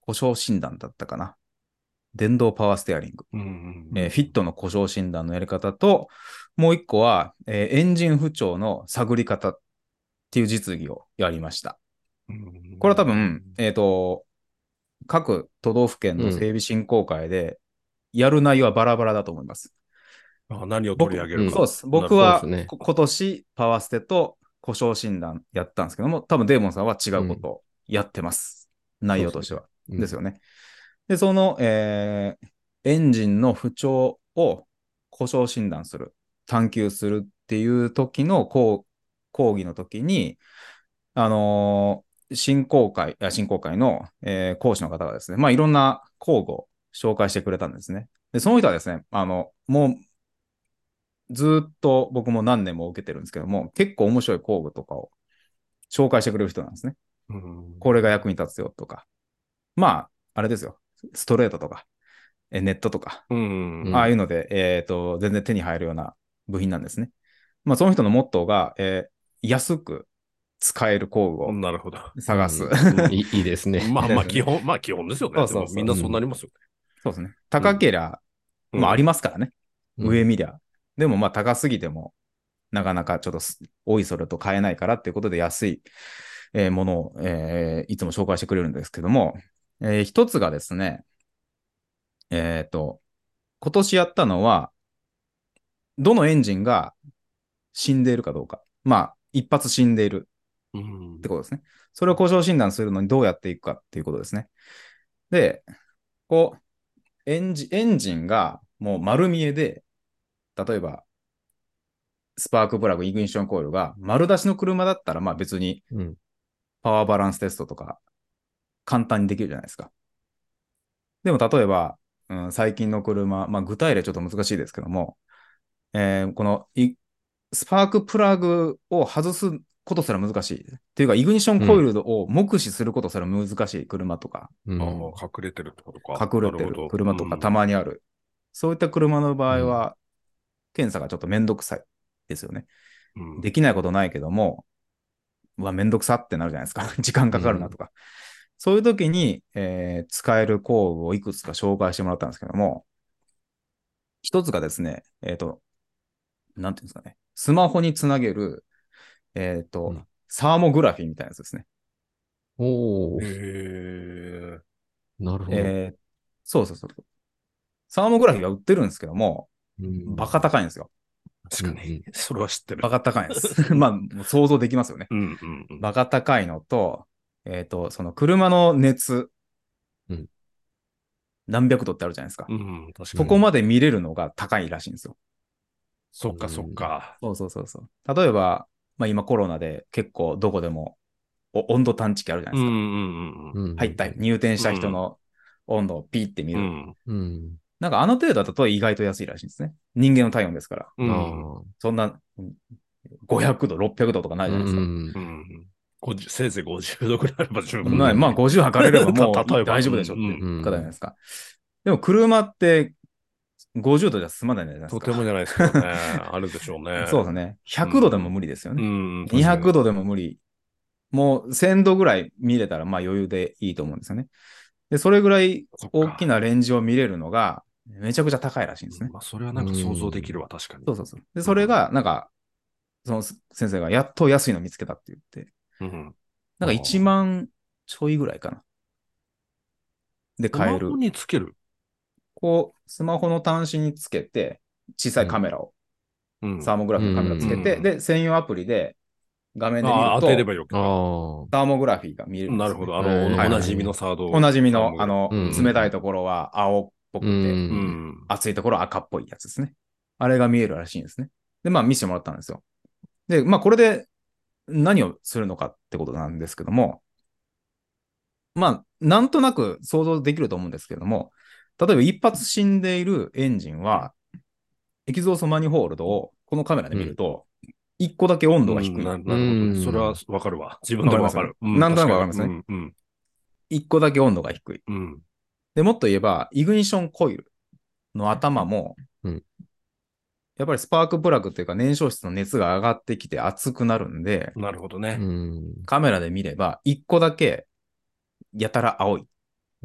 故障診断だったかな。電動パワーステアリング。 うんうんえーフィットの故障診断のやり方と、もう一個は、えーエンジン不調の探り方っていう実技をやりました。 うんこれは多分、えっと、各都道府県の整うん。 備振興会でやる内容はバラバラだと思います。 あ何を取り上げるか。 そうです。僕そうではすね。 こ今年パワーステと故障診断やったんですけども、多分デーモンさんは違うことをやってます。内容としては。 うんですよね。で、その、えーエンジンの不調を故障診断する、探求するっていう時の講講義の時に、あのー振興会、あ振興会の、えー講師の方がですね、まあ、いろんな工具を紹介してくれたんですね。で、その人はですね、あの、もうずっと僕も何年も受けてるんですけども、結構面白い工具とかを紹介してくれる人なんですね。 うんこれが役に立つよとか。まあ、あれですよ。ストレートとか、えネットとか、 うんうんああいうので、えっと、全然手に入るような部品なんですね。まあ、その人のモットーが、えー安く使える工具をなるほど。 探す。 うんうんいいいいですね。 まあまあ、 ですね基本、まあ基本ですよね。 そうそうそうでもみんなそうなりますよそうですね。高けりゃ、 ね。 まあありまますからね。 うん上見りゃ。でもまあ高すぎても、なかなかちょっとすおいそれと買えないからっていうことで安い、えーものを、えーいつも紹介してくれるんですけども、えー一つがですね、えっと、今年やったのは、どのエンジンが死んでいるかどうか。まあ、一発死んでいるうんってことですね。それを故障診断するのにどうやっていくかっていうことですね。で、こう、エンジエンジンがもう丸見えで、例えば、スパークプラグ、イグニッションコイルが丸出しの車だったら、まあ別にうんパワーバランステストとか簡単にできるじゃないですか。でも例えば、うん、最近の車、まあ具体例ちょっと難しいですけども、えーこのいスパークプラグを外すことすら難しい。っていうか、イグニッションコイルを目視することすら難しい車とか、 うんああ、隠れてるってことか。 隠れてるなるほど車とかたまにある。そういった車の場合うんは、検査がちょっとめんどくさいですよね。 うんできないことないけども、うわ、めんどくさってなるじゃないですか。時間かかるなとか。そういう時に、えー使える工具をいくつか紹介してもらったんですけども、一つがですね、えっと、なんていうんですかね、スマホにつなげる、えっと、 うんサーモグラフィーみたいなやつですね。 おー、 へえ。 なるほど。 えーそうそうそう。サーモグラフィーが売ってるんですけども、 うんバカ高いんですよ。 確かうんうんに。それは知ってるバ。カ高いんです。まあ、もう想像できますよね。 うんうんうん。 バカ高いのと、えっと、その車の熱、 うん何百度ってあるじゃないですか。 うん、確かそに。 こまで見れるのが高いらしいんですよ。 そっかそっか。 そうそうそうそう。例えば、まあ今コロナで結構どこでもお温度探知機あるじゃないですか。 うんうんうんうん。 うん入った入店した人の温度をピーって見る。 うん。 うんなんかあの程度だと意外と安いらしいんですね。人間の体温ですから。 うん。 ああそんなうんごひゃくど、ろっぴゃくどとかないじゃないですか。 うんうん。ごじゅうせいぜいごじゅうどぐらいあれば十分。 うんまあ、まあごじゅう測れればもう例えば大丈夫でしょってうんうん方じゃないですか。でも車ってごじゅうどじゃ済まないじゃないですか。 とてもじゃないですけどね。あるでしょうね。 そうですね。ひゃくどでも無理ですようね。 ん。 にひゃくど。 どでも無理。もうせんどぐらい見れたらまあ余裕でいいと思うんですよね。で、それぐらいそっか大きなレンジを見れるのがめちゃくちゃ高いらしいんですね。 まあ、それはなんか想像できるわ、確かに。 そうそうそう。で、それがなんか、その先生がやっと安いの見つけたって言って、 うん。 なんかいちまんちょいぐらいかな。で買えるスマホ。につける。 こう、スマホの端子につけて、小さいカメラを、 うん。 サーモグラフィーのカメラつけて、 うんで、専用アプリで画面で見ああ、 ると、 当てればよくああ。 サーモグラフィーが見れるんですよね、 なるほど。あの、 えーおなじみのサード。 おなじみの、 サーモあの、 うん冷たいところは青っぽくう。 て、 うんん。 熱いところは赤っぽいやつですね。あれが見えるらしいんですね。で、まあ見せてもらったんですよ。で、まあこれで何をするのかってことなんですけども、まあ、なんとなく想像できると思うんですけども、例えば一発死んでいるエンジンは、エキゾーストマニホールドをこのカメラで見ると、一個だけ温度が低い。 ななるほど。それはわかるわ。自分でもわかる。 なんとなくわかりますね。 うんうん。 一個だけ温度が低い。 うん。 で、もっと言えば、イグニッションコイルの頭も、 うんやっぱりスパークプラグというか燃焼室の熱が上がってきて熱くなるんで、 なるほどうね。 ん。 カメラで見れば、一個だけやたら青い。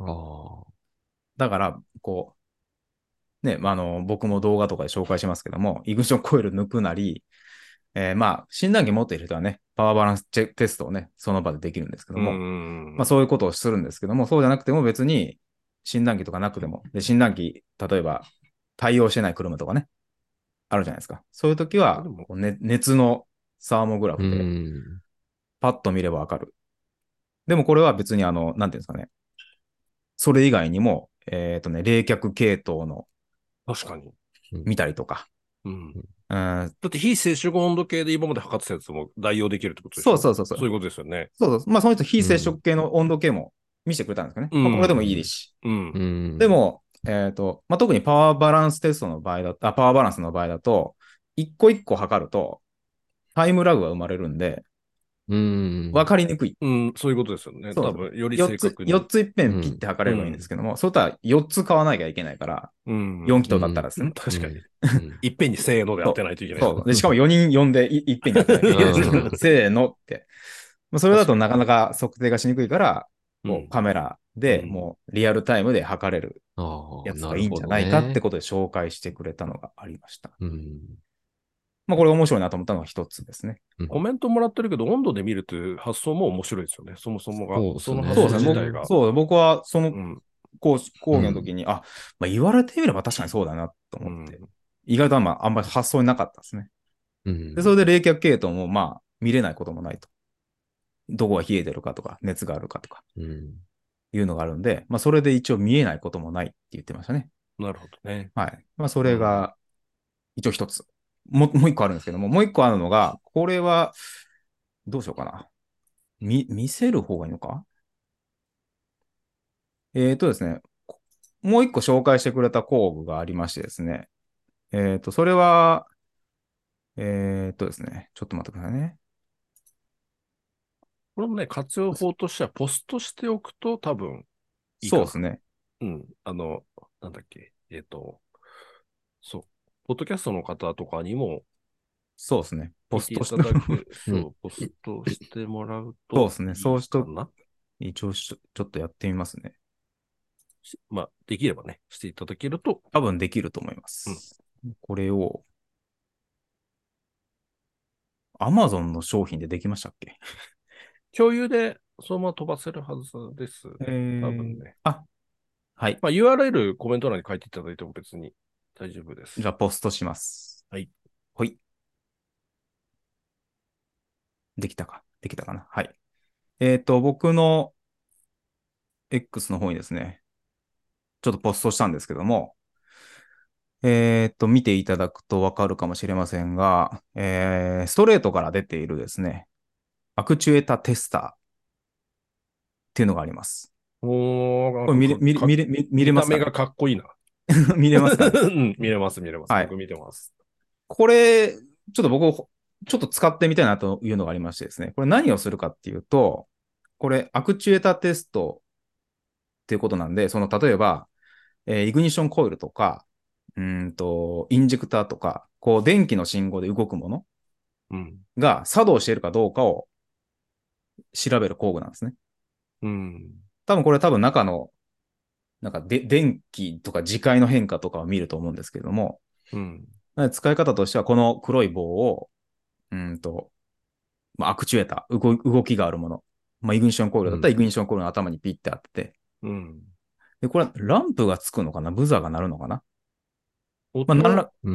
ああ。 だから、こう、ね、まあ、あの、僕も動画とかで紹介しますけども、イグニッションコイル抜くなり、えーまあ、診断機持っている人はね、パワーバランスチェテストをね、その場でできるんですけどうも、まあ、 ん。 そういうことをするんですけども、そうじゃなくても別に診断機とかなくても、で、診断機、例えば対応してない車とかね、あるじゃないですか。そういう時は、 でも、 こうね、熱のサーモグラうフでん。 パッと見ればわかる。でもこれは別にあの、なんていうんですかね、それ以外にも、えっとね、冷却系統の確かに。 見たりとか、 うん。 うん、 だって非接触温度計で今まで測ってたやつも代用できるってことでしょ？ そうそうそうそう。 そういうことですよね。 そうそう。まあ、その人非接うん。 触系の温度計も見せてくれたんですかね。 うまあ、これでもん。 いいですし。 ううん。 でも、えっと、まあ、特にパワーバランステストの場合だと、あ、パワーバランスの場合だと、一個一個測ると、タイムラグが生まれるんで、 うん。 分かりにくい。 うん、そういうことですよね。 そうそう。 多分、より 4つ、 正確に。 四ついっぺんピッうん。 て測れればいいんですうん。 けども、そういったらよっつ買わなきゃいけないから、 うん。 よん気筒だったらうん。 ですね。 確かに。 うん。 いっぺんにせーので当てないといけない。 そう。で、しかもよにん呼んでいいっぺんに当てなきゃいけないんですよ。 うん。 せーのって。まあ、それだと確かなかなか測定がしにくいから、 に。うん。 こうカメラでうん。 もうリアルタイムで測れるああ、 やつがいいんなるほどじゃないかってね。 ことで紹介してくれたのがありました。 うん。 まあこれ面白いなと思ったのが一つですね。 うん。 コメントもらってるけど、温度で見るという発想も面白いですよね。そもそもが。 そうですね。 その発想そうですね。僕、 自体が。 そう、僕はそのうん。 講講義のうん。 時に、あ、まあ、言われてみれば確かにそうだなとうん。 思って、意外とあんまあんまり発想になかったですね。で、そうん。 れで冷却系統もまあ見れないこともないと。どこが冷えてるかとか、熱があるかとかうん。 いうのがあるんで、まあそれで一応見えないこともないって言ってましたね。 なるほどね。 はい。まあそうん。 れが一応一つ。もう、もう一個あるんですけども、もう一個あるのが、これは、どうしようかな。み、見せる方がいいのか。えーとですね、もう一個紹介してくれた工具がありましてですね。えーと、それは、えーとですね、ちょっと待ってくださいね。 これもね、活用法としてはポストしておくと多分いいかな。 そうですね。 うん。あの、なんだっけ。えっと、そう。ポッドキャストの方とかにもそうですね。ポ見ていストし、 ただけ、 うん。 そう、ポストしてもらうとそうですね。 いいそうしと、 かな。 一応しちょっとやってみますね。 しまあ、できればね、していただけると、 多分できると思いまうん。 す。これを、Amazon の商品でできましたっけ？ 共有でそのまま飛ばせるはずです。 えー、 多分ね。 あ、はい。 まあ、ユーアールエル コメント欄に書いていただいても別に大丈夫です。 じゃあ、ポストします。 はい。 ほい。できたか。できたかな。はい。えっと、僕の X の方にですね、ちょっとポストしたんですけども、えっと、見ていただくとわかるかもしれませんが、えー、ストレートから出ているですね、アクチュエータテスターっていうのがあります。 おー、なんこれ見れ、 かか、 見れ、 か見れ、見見れ見た目がますかね？ かっこいいな。 見れますかね？ うん、見れます、見れます。 はい。 僕見てます。 これ、ちょっと僕、ちょっと使ってみたいなというのがありましてですね、これ何をするかっていうと、これ、アクチュエータテストっていうことなんで、その、例えば、えーイグニッションコイルとか、うんと、インジェクターとか、こう、電気の信号で動くものうん。 が作動しているかどうかを調べる工具なんですね。 うん。 多分これ多分中の、なんかで、電気とか磁界の変化とかを見ると思うんですけれども、 うん。 使い方としては、この黒い棒を、うんと、まあ、アクチュエーター、動動きがあるもの。まあ、イグニッションコイルだったら、イうん。 グニッションコイルの頭にピッて当てて、 うん。 で、これはランプがつくのかな、ブザーが鳴るのかな。まあ、 音は、 なんら、 うん。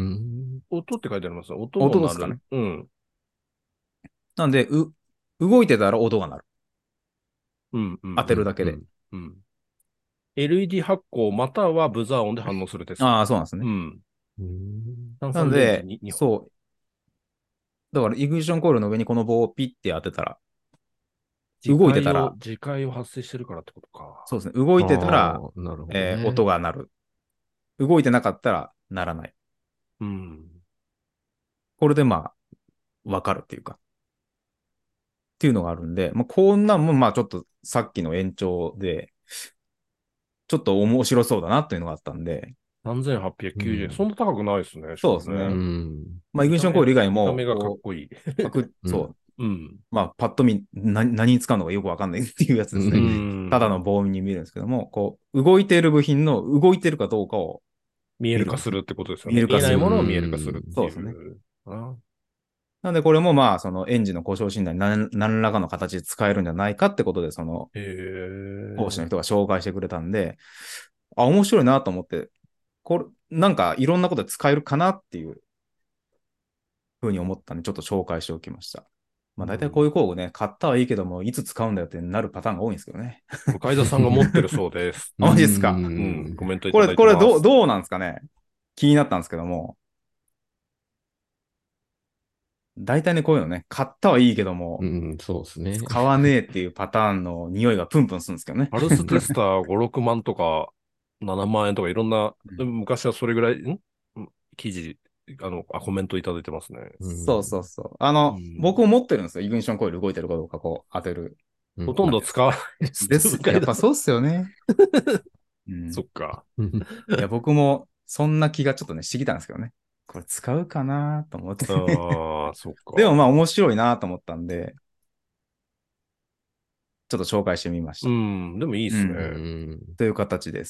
音って書いてありますね。音も鳴る。 音ですかね。 うん。 なんで、う、動いてたら音が鳴る。 うん。うん。 当うん。 てるだけで。 うん。 うん。エルイーディー 発光またはブザー音で反応するテスト。 ああ、そうなんですね。 うん。 うん。 炭酸電池なんで、 ににほん。 そう。だから、イグニッションコイルの上にこの棒をピッて当てたら、 磁界を、 動いてたら、 磁界を発生してるからってことか。 そうですね。動あいてたら、 あ、なるほどえー音ね。 が鳴る。動いてなかったら鳴らない。 うん。 これでまあ、わかるっていうか、っていうのがあるんで、まあ、こんなんもまあちょっとさっきの延長で、ちょっと面白そうだなっていうのがあったんで、 うさんぜんはっぴゃくきゅうじゅうえん。そんん。 な高くないですね。しかもね。 そうですね。 うん。 まあ、イグニッションコイ見た目、 ル以外も、 見た目がかっここいい。 う、アク、 うん。 そう、 うん。 まあ、パッと見、何何に使うのかよくわかんないっていうやつですうね。 ん。 ただの棒に見えるんですけども、こう、動いている部品の動いてるかどうかを見え見るんですね。 る化するってことですよ見えね。見えないる化する。 ものを見える化するっていそうですね。 う。あなんでこれもまあ、そのエンジンの故障診断に何何らかの形で使えるんじゃないかってことで、そのへえ。 講師の人が紹介してくれたんで、あ、面白いなと思って、これ、なんかいろんなことで使えるかなっていうふうに思ったんで、ちょっと紹介しておきました。まあ大体こういう工具ね、買ったはいいけども、いつ使うんだよってなるパターンが多いんですけどね。 向田さんが持ってるそうです。 あ、マジですか。 うん。コメントいこれ、 ただいてこれどう、 ます。 どうなんですかね。気になったんですけども、大体ね、こういうのね、買ったはいいけども、 うん、そうですね。 使わねえっていうパターンの匂いがプンプンするんですけどね。 パルステスターご、ろくまんとかななまん円とかいろんな、 うん、 昔はそれぐらい、ん記事、あの、あ、コメントいただいてますね。 うん、 そうそうそう。あの、 うん、 僕も持ってるんですよ。イグニションコイル動いてるかどうかこう当てる。 うん、 ほとんど使わないですって、 です。 向田さん。 やっぱそうっすよね。うん。いそっか。 うん。 や、僕もそんな気がちょっとね、してきたんですけどね。これ使うかなと思って。 ああ、そっでもまあか。 面白いなと思ったんで、ちょっと紹介してみましうた。 ん、でもいいっすね。 うん。 うん。 という形です。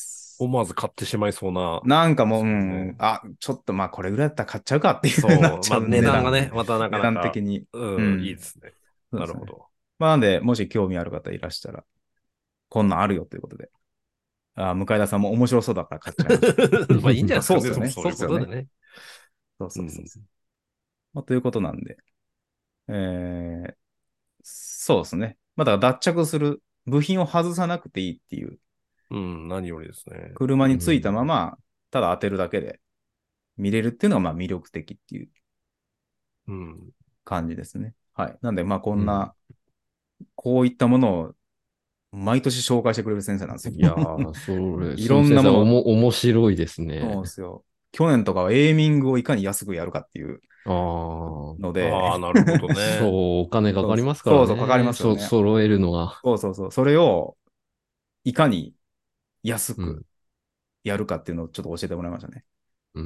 思わず買ってしまいそうな。 なんかもう、うそうん、 ね。 あ、ちょっとまあこれぐらいだったら買っちゃうかっていうなっそう。まあちゃう値段、 値段がね、またなか値段なか、 的に。ううん、いいん。 ですね。 そうですね。 なるほど。 まあなんで、もし興味ある方いらしたら、こんなんあるよということで。あ、向田さんも面白そうだから買っちゃいました。 まあいいんじゃないですかね。 そうっすよね。 でもそういうそうっすよね。 ことでね。 そううん。 そうそうそう。まあ、ということなんで、えー、そうですね。まあだから脱着する部品を外さなくていいっていう、 うん、何よりですね。 車についたまま、ただ当てるだけで見れるっていうのがまあ魅力的っていううん。 感じですね。はい。なんでまあこうん。 んな、こういったものを毎年紹介してくれる先生なんですよ。 いやー、それ、 いその先生、 ろんなもの、 おも、面白いですね。 そうですよ。去年とかはエーミングをいかに安くやるかっていうああ、 ので、 ああ、なるほどそう、 ね。 お金かそうかりますからそうそう、かかりまね。そ、 すよね。 揃えるのが。 そうそうそう。それをいかに安くうん。 やるかっていうのをちょっと教えてもらいましたね。 うん。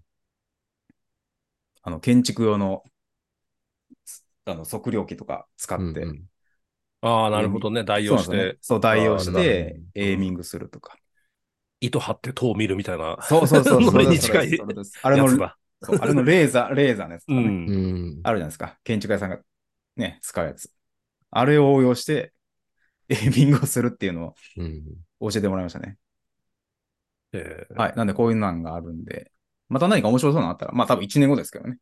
あの、建築用の、あの測量機とか使うん。 って、 うん。 ああ、なエーミるほどね。代そうなんですよね。 用して。 そう、代用ああ、あれだ。 して、 うんエーミングするとか。 糸張って塔を見るみたいなそうそうそう、 のそれです、それです、 に近いそれです。あれの、 やつだ。 そう、あれのレーザー、レーザーのやつとかね。 うん。 うん。 あるじゃないですか。建築屋さんがね、使うやつ。あれを応用して、エーミングをするっていうのうん。 を教えてもらいましたね。 えーはい。なんで、こういうのがあるんで、また何か面白そうなのあったら、まあ多分いちねんごですけどね。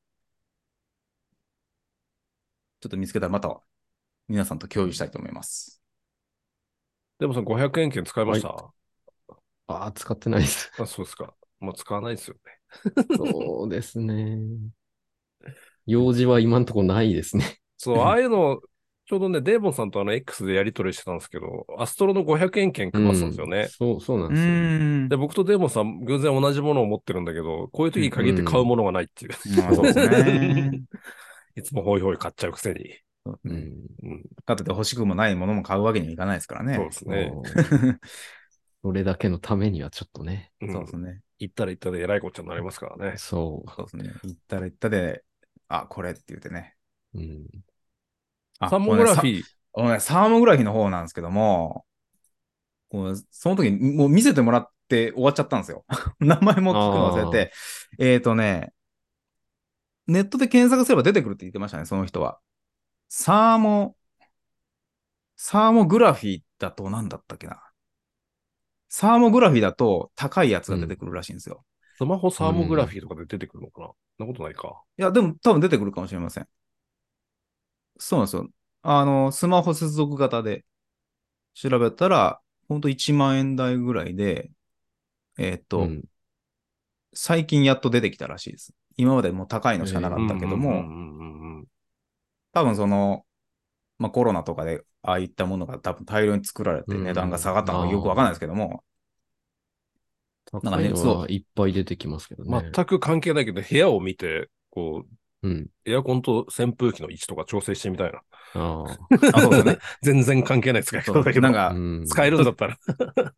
ちょっと見つけたらまた皆さんと共有したいと思います。 でもそのごひゃくえん券使いまはい。 した？ ああ、使ってないです。 あ、そうですか。もう使わないですよね。 そうですね。用事は今んとこないですね。 そう、ああいうの、ちょうどね、デーボンさんとあの X でやり取りしてたんですけど、アストロのごひゃくえん券う配ってたんですよん。 ね。 そう、そうなんうーですよ。 ん。 で、僕とデーボンさん、偶然同じものを持ってるんだけど、こういう時にうんう限って買うん。 ものがないっていう。 まあそうですね。 いつもホイホイ買っちゃうくせに。 そうですね。 うん。 うん、 かといって欲しくもないものも買うわけにはいかないですからそうでね。 すね。 そう。それだけのためにはちょっとね。 うん。 そうですね。 行ったら行ったで偉いこっちゃになりますからね。 そそうですね。行ったら行ったで、あ、これって言ってね。 う。うん。 サーあ、これね、さ、 モグラフィー、 このね、サーモグラフィーの方なんですけども、こうその時にもう見せてもらって終わっちゃったんですよ。名前も聞くの忘れああ、 て。えっとね、ネットで検索すれば出てくるって言ってましたね、その人は。サーモ、サーモグラフィーだと何だったっけな。サーモグラフィーだと高いやつうん。 が出てくるらしいんですよ。 スマホサーモグラうん。 フィーとかで出てくるのかな？そんなことないか。 いや、でも多分出てくるかもしれません。そうなんですよ。あの、スマホ接続型で調べたら、ほんといちまん円台ぐらいで、えーっと、 うん。 最近やっと出てきたらしいです。今までもう高いのしかなかうん、うん、 ったうん、 けども、 うん、うん。 多分その、まあ、コロナとかでああいったものが多分大量に作られうて値段が下がっん。 たのかよくわかんないでああ、 すけども、なんかね、 高いのそはいっぱい出てきますけどね。 全く関係ないけど、部屋を見て、こうん。 う、エアコンと扇風機の位置とか調整してみたいな。 ああ、 う、あ、そうですよね。 全然関係ない使いそう、 方だけど、 うなんか、 ん。 使えるんだったら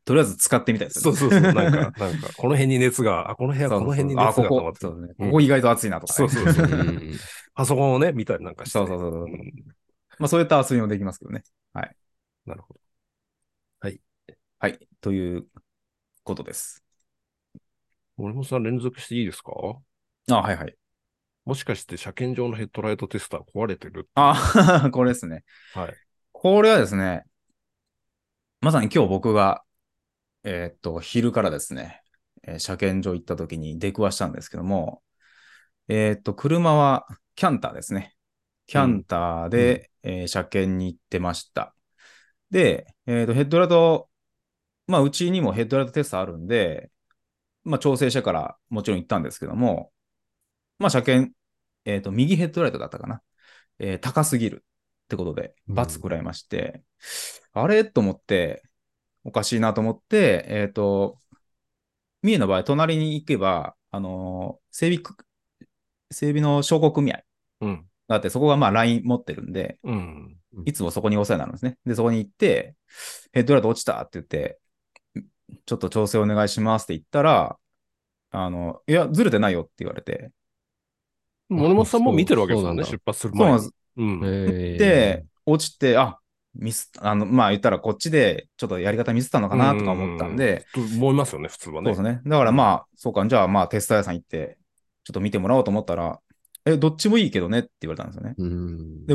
とりあえず使ってみたいですよね。 そうそうそう。なんか、なんか、この辺に熱が、あ、この部屋、この辺にそうそうそう。あ、ここ、 熱が溜まってる。 そうね。 うん。 ここ意外と暑いなとかね。 そうそうそう。 うんパソコンをね、見たりなんかして。 そうそうそうそう。 うんまあそういった遊びもできますけどね。はい。 なるほど。はい。 はい。ということです。 森本さん連続していいですか？ あ、はいはい。 もしかして車検場のヘッドライトテスター壊れてるっていう。 あ、これですね。 はい。 これはですね、まさに今日僕が、えーっと、昼からですね、えー車検場行った時に出くわしたんですけども、えーっと、車はキャンターですね。キャンうん。 ターうん。 で、えー車検に行ってました。で、えーっと、ヘッドライト、まあ、うちにもヘッドライトテストあるんで、まあ、調整してからもちろん行ったんですけども、まあ、車検、えーっと、右ヘッドライトだったかな。えー高すぎるってことで、罰食らいまして、あれと思って、おかしいなと思って、えっと、三重の場合、隣に行けば、あのー整備区、整備の商工組合うん。 があって、そこがまあライン持ってるんで、 うん。 いつもそこにお世話になるんですね。で、そこに行って、ヘッドライト落ちたって言って、ちょっと調整お願いしますって言ったら、あの、いや、ずれてないよって言われて、 森本さんも見てるわけですもんね、 そうなんだ。 出発する前に。 そうなんです。 うん。 行っえて、落ちて、あ、ミス、あの、まあ言ったらこっちでちょっとやり方ミスったのかうなとか思ったんん。 で、 と思いますよね、普通はね。 そうですね。だからうん。 まあ、そうか、じゃあまあテスター屋さん行って、ちょっと見てもらおうと思ったら、え、どっちもいいけどねって言われたんですよね。 ー、うん。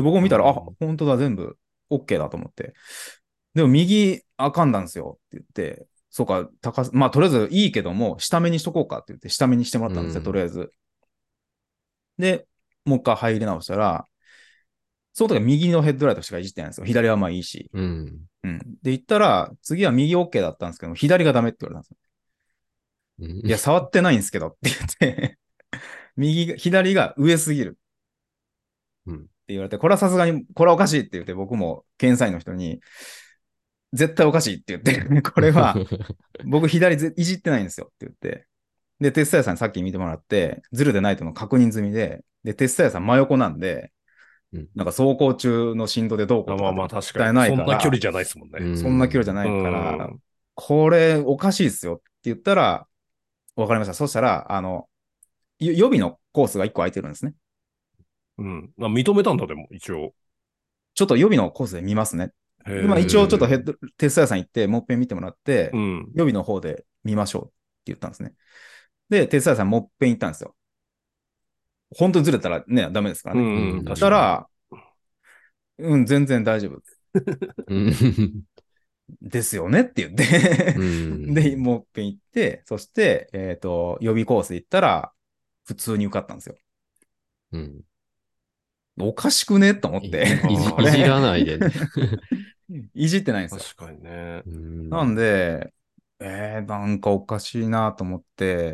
で、僕も見たら、あ、 うん。 本当だ、全部 OK だと思って。でも右あかんだんですよって言って、そうか、高す、まあとりあえずいいけども、下目にしとこうかって言って、下目にしてもらったんですよ、とりあえず。で、もう一回入り直したら、その時は右のヘッドライトしかいじってないんですよ。左はまあいいし。 うん。 うん。で、言ったら、次は右 OK だったんですけど、左がダメって言われたんですよ。 うんいや、触ってないんですけどって言って右が、左が上すぎるってうん言われて、これはさすがに、これはおかしいって言って、僕も検査員の人に、絶対おかしいって言ってこれは、僕左ぜいじってないんですよって言って、で、テスト屋さんにさっき見てもらって、ずれてないとの確認済みで、で、テスト屋さん真横なんで、 うんなんか走行中の振動でどうこうとかってあまあまあ、確かに。 絶対ないそんな距離から、 じゃないですもんね。 そんな距離じゃなういから、 ん。 これおかしいですよって言ったら、わかりました。そしたら、あの、よ予備のコースがいっこ空いてるんですね。 うん。あ認めたんだ、でも、一応。 ちょっと予備のコースで見ますね。 へで、まあ一応ちょっとヘッえ。 ド、テスト屋さん行って、もっぺん見てもらって、 うん。 予備の方で見ましょうって言ったんですね。で、テスト屋さんもっぺん行ったんですよ。本当にずれたらね、ダメですからね。 うん、 うんそした確かに。 ら、うん、全然大丈夫うんですよねって言っうてで、 んもっぺん行って、そして、えっと、予備コースで行ったら、普通に受かったんですよ。 うんおかしくねと思っいていいじ、 これいじらないで。 いじってないんですよ。 確かにね。 うなんんで、えー、なんかおかしいなと思って、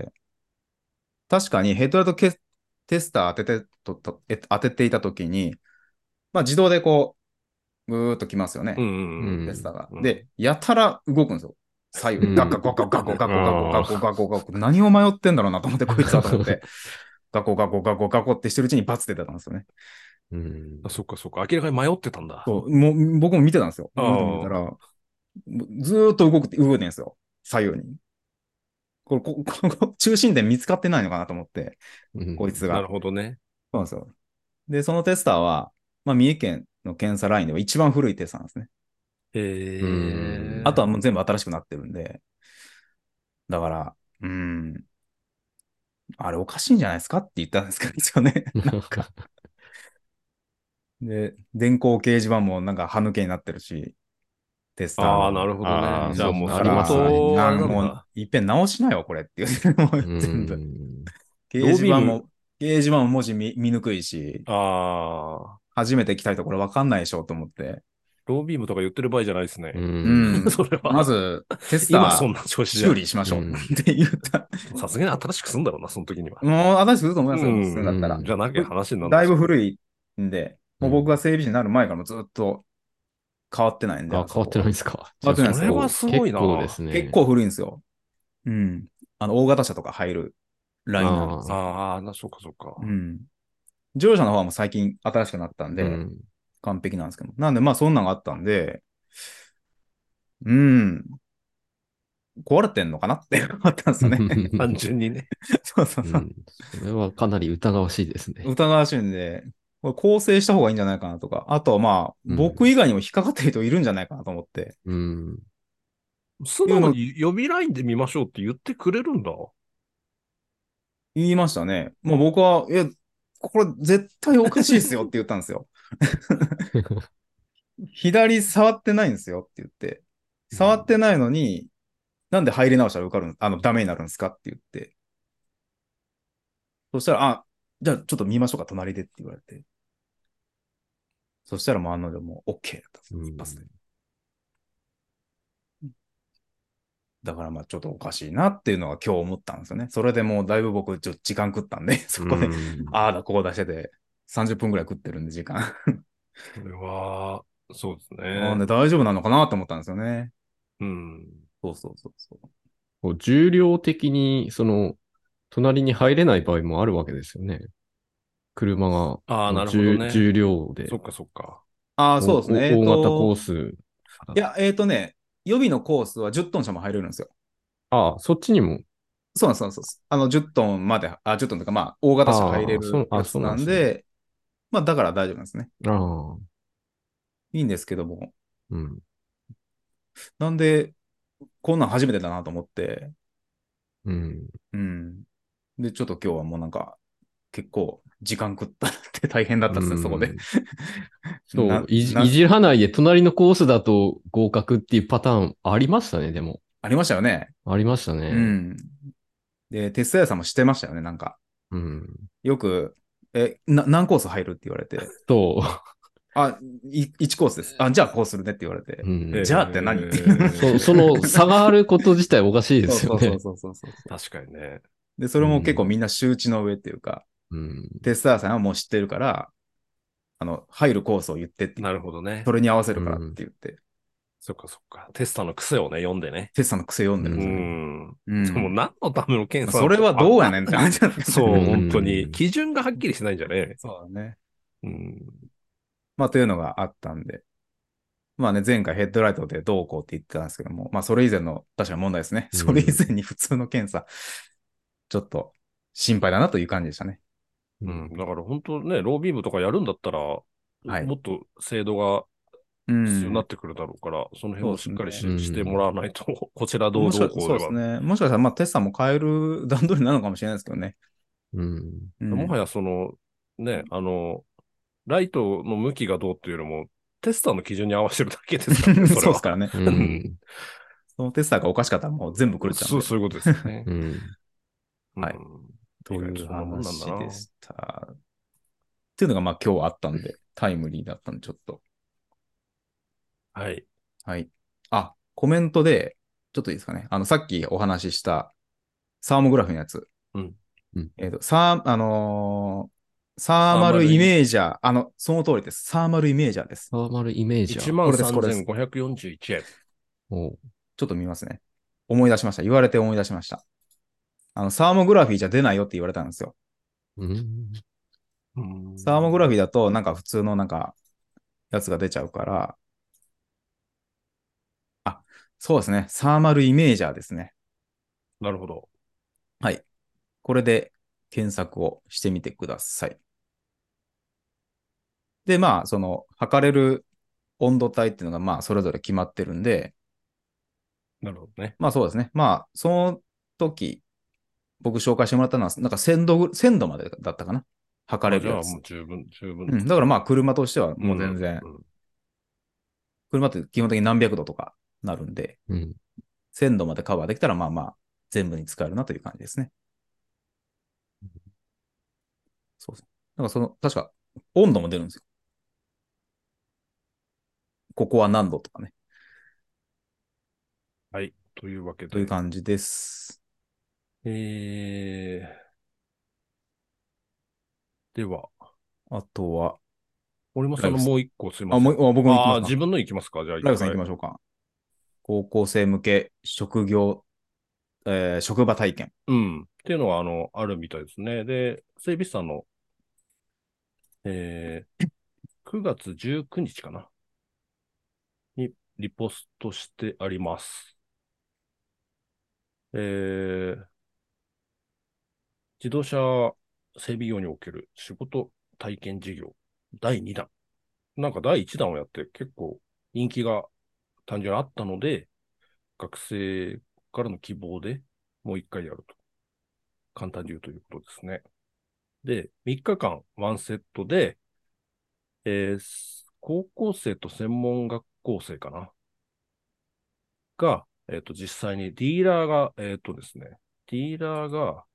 確かにヘッドライトケテスター当ててととえ当てていたときに、まあ自動でこう、ぐーっときますよね。 うん、 ううん、 テスターが。 うん。 で、やたら動くんですよ。左右に。ガッうんガガガガゴガゴガゴガゴああ。 ガゴガゴ。何を迷ってんだろうなと思って、こいつはと思って。ガコガコガコガコってしてるうちにバツって出たんですよね。 うんあ、そっかそっか。明らかに迷ってたんだ。 そう、もう僕も見てたんですよ。見てみたああ。 ら、ずーっと動くって、動いてるんですよ。左右に。これ、こ、こ、こ中心点見つかってないのかなと思って、 うんなるこいつが。 ほどね。 そうなんですよ。で、そのテスターは、まあ、三重県の検査ラインでは一番古いテスターなんですね。 うあとへえ。 はもう全部新しくなってるんで、だから、うーん、あれおかしいんじゃないですかって言ったんですけど、ですよね。なんか。で、電光掲示板もなんか歯抜けになってるし、テスターああ、なの。 るほどね。 ああ、 うん、 じゃあもうそう、あ相りますね。 当、あれなんもう、 なんだ。 いっぺん直しなよ、これっていう。もうう全部。 ん。 掲ロービーム、 示板も、掲示板も文字見、見にくいし、 ああ、 初めて来た人これわかんないでしょと思って。 ロービームとか言ってる場合じゃないですうね。 うん。 ん。 それは。 まず、テスター今そんな調子じゃ。 修理しましょううん。 って言った。 さすがに新しくすんだろうな、その時には。 もう、新しくすると思いますよ、するんうん。 だったら。 うん。 じゃなきゃ話にならないだいですよね。 ぶ古いんで、もう僕が整備士になる前からもずっと変わってないんで、 あ、 あそこは。 変わってないんですか。じゃあ変わってないんですよ。 それは結構、 すごいな。 結構ですね。 結構古いんですよ。うん。あの、大型車とか入るラインなんですよ。 ああ、 ああ、な、そうかそうか。 うん。乗用車の方はもう最近新しくなったんで、 うん。 完璧なんですけど。なんで、まあそんなのがあったんで、うん。 壊れてんのかなって思ったんですよね。 単純にね。 そうそうそう。 うん。それはかなり疑わしいですね。 疑わしいんで、これ構成した方がいいんじゃないかなとか、あとはまあ、 うん。 僕以外にも引っかかってる人いるんじゃないかなと思って、 うん。 素いうの直に予備ラインで見ましょうって言ってくれるんだ。 言いましたね。もう僕は、え、これ絶対おかしいですよって言ったんですよ。左触ってないんですよって言って、触ってないのに、なんで入り直したら受かるん、あの、ダメになるんですかって言って、そしたら、あ、じゃあちょっと見ましょうか、隣でって言われて。そしたらもう案の定もう OK だったんですよ、 うん。 一発で。だからまあちょっとおかしいなっていうのは今日思ったんですよね。それでもうだいぶ僕ちょっと時間食ったんで、そこで、ああだこうだしてて、さんじゅっぷんくらい食ってるんで時間。 これは、そうですね。 なんで大丈夫なのかなと思ったんですよね。 うん。 そうそうそうそう。 こう重量的に、その、隣に入れない場合もあるわけですよね。車が、 ああ、なるほどの重、 ね。 重量で、 そっかそっか。 ああ、 おそうですね。えっお大型コーと、 ス。 いや、えっとね、予備のコースはじゅっトン車も入れるんですよ。 ああ、そっちにも。 そうなんです、そうなんです。あの、じゅっトンまで、あ、じゅっトンというか、まあ、大型車入れああ、そ、あ、 るやつそうなんですね。 なんで、まあ、だから大丈夫なんですね。 ああ、 いいんですけども。 うん。 なんで、こんなん初めてだなと思って、 うん。 うん。で、ちょっと今日はもうなんか、結構時間食ったって大変だっうたですね、そこで。 ん。そう、 な、 いじ、いな、 じらないで、隣のコースだと合格っていうパターンありましたね、でも。 ありましたよね。 ありましたね。 うん。で、テスト屋さんもしてましたよね、なんか。 うん。 よく、え、な、何コース入るって言われて、 そあ、い、いちコースです。あ、じゃあこうするねって言われう。 て、 うえじん。 ゃあって何って。 そ、その差があること自体おかしいでそうすよね。 そうそうそうそうそうそう。 確かにね。 で、そうれも結構みん。 んな周知の上っていうか、 うん。 テスターさんはもう知ってるから、あの、入るコースを言ってって言っなるて、 ほどね。 それに合わせるからってうん。 言って、 そっかそっか。テスタの癖をね、読んでね。 テスターの癖読んうでるんうですよね。 ん。 ん。 うでもん。 何のための検査なそれはのかわどうやねんってかんない。 話なんですけどね。 うそう、本当に。 ん。 基準がはっきりしないんじゃね。 そうだね。 うん。 まあ、というのがあったんで。まあね、前回ヘッドライトでどうこうって言ってたんですけども、まあ、それ以前の確かに問題ですね。それ以うん。 前に普通の検査、ちょっと心配だなという感じでしたね。 うん。 うん。だから本当ね、ロービームとかやるんだったら、もはい。 っと精度がう必要になっん。 てくるだろうから、その辺そうもしっかりですね。 うし、してもらん。 わないと、こちらどうどうもしか、 こうでは。 そうですね。もしかしたら、まあ、テスタも変える段取りなのかもしれないですけどね。 うん。 うん。 もはやその、ね、あの、ライトの向きがどうっていうよりも、テスターの基準に合わせてるだけですからね、それは。 そうですからね。 ううんん。 そのテスタがおかしかったらもう全部狂っちゃうんそう、 で。 そういうことですよね。 うん。 うはい。 ん。意という外とそんなもんなんだな。 話でした。っていうのがまあ今日あったんで、タイムリーだったんで、ちょっと。 はい。 はい。あ、コメントで、ちょっといいですかね。あの、さっきお話ししたサーモグラフィーのやつ。 うん。 うん。 えっと、サー、あのーサーサーマルイマルイ、 メージャー。あの、その通りです。サーマルイメージャーです。 サーマルイメージャ 1 ー。 万これです、これです。 さんぜんごひゃくよんじゅういちえん。 おう。 ちょっと見ますね。思い出しました。言われて思い出しました。あの、サーモグラフィーじゃ出ないよって言われたんですよ。 うん。 うサーモグラフィん。 ーだと、なんか普通のなんか、やつが出ちゃうから、あ、そうですね。サーマルイメージャーですね。 なるほど。 はい。これで検索をしてみてください。で、まあ、その、測れる温度帯っていうのが、まあ、それぞれ決まってるんで、 なるほどね。 まあそうですね。まあ、その時、僕紹介してもらったのは、なんかせんどぐ、せんどまでだったかな。測あ、 れるやつ。 じゃあもう十分、十分うん。 ですね。 だからまあ、車としてはもううん。 全然、 うん。 車って基本的に何百度とかなるんで、 うん。 せんどまでカバーできたら、まあまあ、全部に使えるなという感じですね。そうですね。だからその、確か、温度も出るんですよ。ここは何度とかね。 はい。というわけというで。 感じです。 えー、では、 あとは、 森本さんのライブス。 もう一個すいまあ、もう、 せん。 あ僕も行きまああ、 すか。 自分の行きますかじゃあ一ライブさん行き回。 ましょうか。高校生向け職業、えー職場体験。 うん。っていうのは、あの、あるみたいですね。で、整備士さんの、えー、くがつじゅうくにちかなにリポストしてあります。 えー、自動車整備業における仕事体験事業だいにだん。なんかだいいちだんをやって結構人気が単純にあったので、学生からの希望でもう一回やると。簡単に言うということですね。で、みっかかんワンセットで、えー高校生と専門学校生かなが、えっと、実際にディーラーが、えっとですね、ディーラーが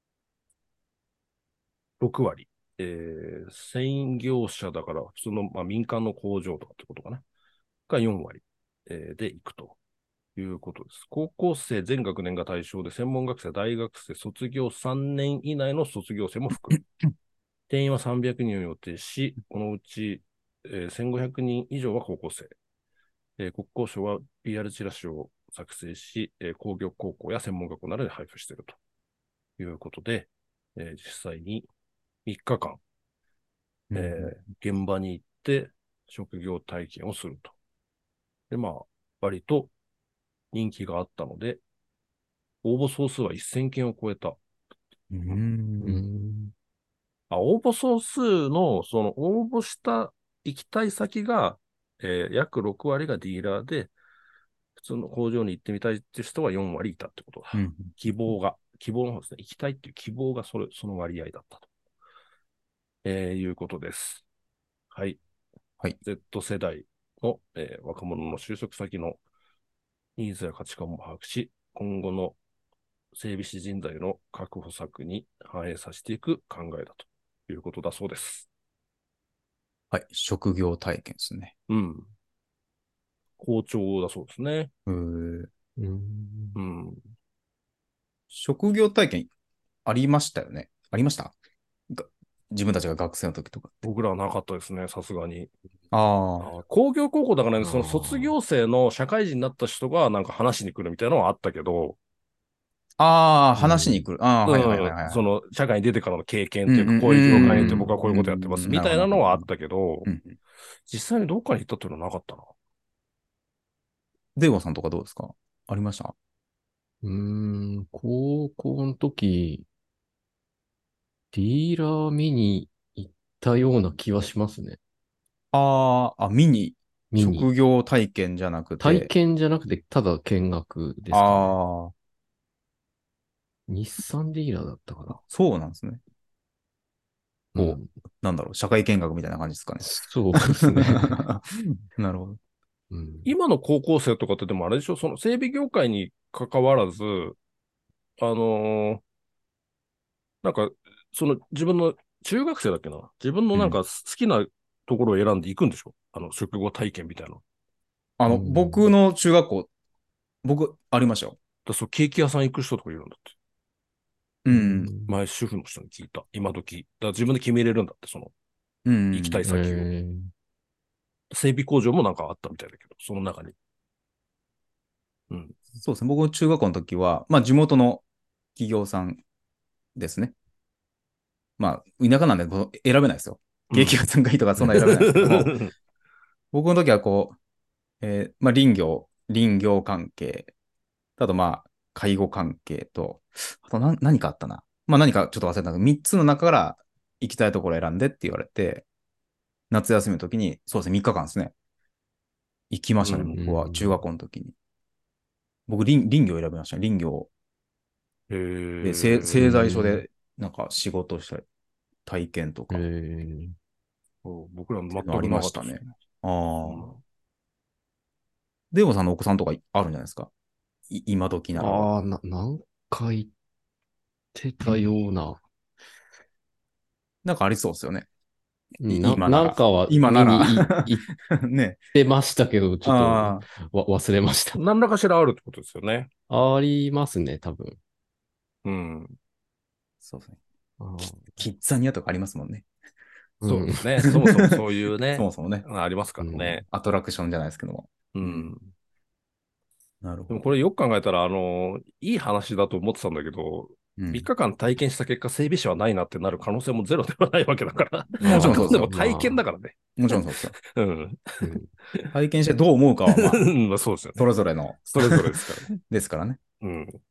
ろく割、えー、専業者だから普通の、まあ、民間の工場とかってことかながよん割、えーで行くということです。高校生全学年が対象で、専門学生、大学生、卒業さんねん以内の卒業生も含む。定員はさんびゃくにんを予定し、このうち、えーせんごひゃくにん以上は高校生。えー国交省は ピーアール チラシを作成し、えー工業高校や専門学校などで配布しているということで、えー実際にみっかかん、えー現場に行って職業体験をすると。で、まあ、割と人気があったので、応募総数はせんけんを超えた。 ううーん。 ん。 あ、応募総数の、その応募した行きたい先が、えー約ろく割がディーラーで、普通の工場に行ってみたいって人はよん割いたってことだ。 うん希望が、希望の方ですね。行きたいっていう希望がそれ、その割合だったと、えーいうことです。はい。 はい。 Z 世代の、えー若者の就職先のニーズや価値観も把握し、今後の整備士人材の確保策に反映させていく考えだということだそうです。 はい。職業体験ですね。 うん。好調だそうですね。 うーうーん。 うん。 職業体験ありましたよね。ありましたが自分たちが学生の時とかって。 僕らはなかったですね、さすがに。 ああ。 あ工業高校だからね、 あその卒ー業生の社会人になった人がなんか話しに来るみたいなのはあったけど、 ああ、 うん。 話しに来る。ああ、はいはいはいうん、 はいはい。 その社会に出てからの経験うんうんというか、こういう業界にいてうん。 僕はこういうことやってますうん。なるほど、 みたいななるほど。 のはあったけど、 うん。 実際にどっかに行ったっていうのはなかったな。 デーゴさんとかどうですか？ありました？ うーん。高校の時、ディーラー見に行ったような気はしますね。 ああ、あ、見に、 見に。 職業体験じゃなく体て、 験じゃなくて、ただ見学ですかね。 あ日産ディーラーだったかあ、 な。 そうなんですね。こうん。 う、なんだろう、社会見学みたいな感じですかね。 そうですね。 なるほど。 うん。 今の高校生とかってでもあれでしょ、その整備業界に関わらず、あのーなんか、その自分の中学生だっけな、自分のうん。 なんか好きなところを選んでいくんでしょ、あの、職業体験みたいな。 あの、 うん。 僕の中学校、僕、ありましたよ。 だそう、ケーキ屋さん行く人とかいるんだって。 ううん。 ん。 前、主婦の人に聞いた。今時。だから自分で決めれるんだって、その、 う行きたいん。 え先を。 ー、 整備工場もなんかあったみたいだけど、その中に。うん。 そうですね。僕の中学校の時は、まあ、地元の企業さんですね。まあ、田舎なんでこう選べないですよ。ケーキ屋うん。 さんがいいとかそんな選べないですけども、僕の時はこう、えーまあ、林業、林業関係、あとまあ、介護関係と、あと何何かあったな。まあ何かちょっと忘れたけど、みっつの中から行きたいところ選んでって言われて、夏休みの時に、そうですね、みっかかんですね。行きましたね、 うん。 僕は、中うん。 学校の時に。僕、林林業選びましたね、林業。 へで、製え。 製材所えで、なんか仕事したり、体験とー、 か、 えー、 そう僕ら全っていうのありくなかったですね。 ましたね。ああ。 うん。 デーモさんのお子さんとかあるんじゃないですか？い今時ならば。 ああ、な、何回言ってたような。 なんかありそうですよね。いうんな、 今なら。 なんかは見今なら。 にい行っね。 てましたけど、ちょっとああ。 わ忘れました。 何らかしらあるってことですよね。 ありますね、多分。 うん。 そうですね。 あキーキッザニアとかありますもんね。 うん。 そうですね。そもそもそういうそね、 もそもね。 ありますからね。 うん。 アトラクションじゃないですけども。うん。 うん。 なるほど。 でもこれよく考えたら、あの、いい話だと思ってたんだけど、3 うん。 日間体験した結果、整備士はないなってなる可能性もゼロではないわけだから、 もちあろんそうですよ。 くまでも体験だまあ、 からね。 もちろんそうですよ。 うん。 うん。 体験してどう思うかはまあ、 まあそうですよそれね。 ぞれのそれぞれですからね。 ですからね。 うん。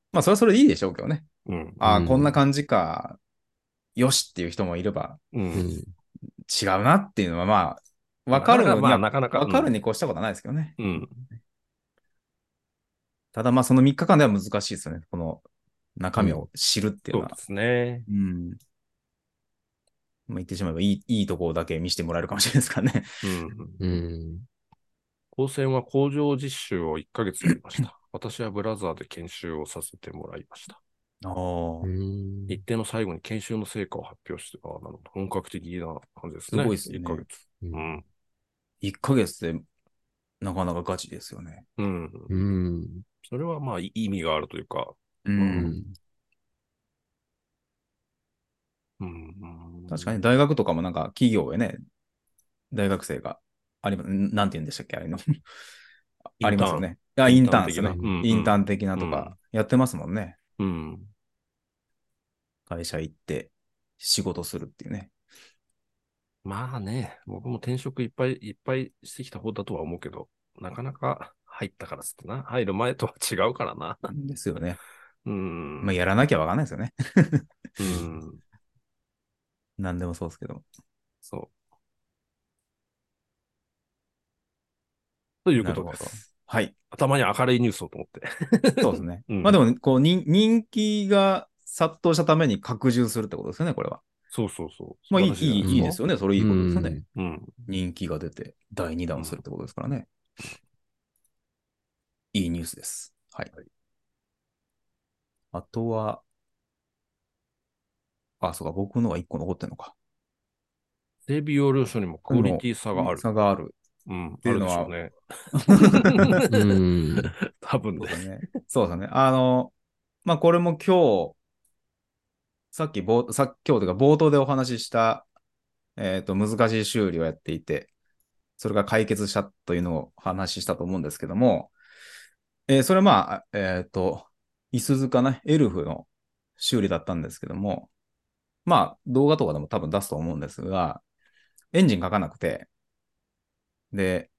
まあ、それはそれでいいでしょうけどね。 うん。 ああ、 うんこんな感じか、よしっていう人もいれば、 う。 うんん。 違うなっていうのは、まあ、わなかなか、まあ、 かるには、 なかなか、 わかるうん。 に越したことはないですけどね。 うん。 ただ、まあ、そのみっかかんでは難しいですよね。この中身を知るっていうのは。 そうですね。 うん。まあ、言ってしまえばいい、いいところだけ見せてもらえるかもしれないですからね。 うん。 うん。 高専は工場実習をいっかげつやりました。私はブラザーで研修をさせてもらいました。 あうあ、 ん。 日程の最後に研修の成果を発表して、ああ、なるほど。本格的な感じですすね。 ごいですよね。 いっかげつ。 うん。 うん。 いっかげつでなかなかガチですよね。 うん。 うん。 それはまあい意味があるというか、 うまあ、 ん。 うん。 確かに大学とかもなんか企業へね、大学生があります。なんて言うんでしたっけあれの。 インターン。 ありますよね。あ、 インインターン的な。 ターンですね。 うんインターン的なうん。 とかやってますもんね。 うん。 会社行って仕事するっていうね。 まあね、僕も転職いっぱいいっぱいしてきた方だとは思うけど、なかなか入ったからっつってな。入る前とは違うからな。 ですよね。 うまあ、 ん。 やらなきゃわかんないですよね。 うん。 何でもそうですけど。 そう。ということなるほど。 です。 はい。 頭に明るいニュースをと思って。 そうですね。 うん。 まあでも、こう、人人気が殺到したために拡充するってことですよね、これは。 そうそうそう。素まあいい、 晴らしいじゃないいい、 ですか。 いいですよね。それいういことですよね。 ん。 うん。 人気が出てだいにうん。 弾するってことですからね。いいニュースです。はい。 はい。 あとは、あ、そうか、僕のがいっこ残ってるのか。 整備要領書にもクオリでも、 ティ差がある。 差があるうん。 ってあるいうのは、 でしょうね。 うん。 多分ね。 そうですね。そうですね。あの、まあこれも今日、さっき冒、さっき今日というか冒頭でお話しした、えっと、難しい修理をやっていて、それが解決したというのをお話ししたと思うんですけども、えーそれはまあ、えっと、いすゞかな、エルフの修理だったんですけども、まあ、動画とかでも多分出すと思うんですが、エンジンかかなくて、で、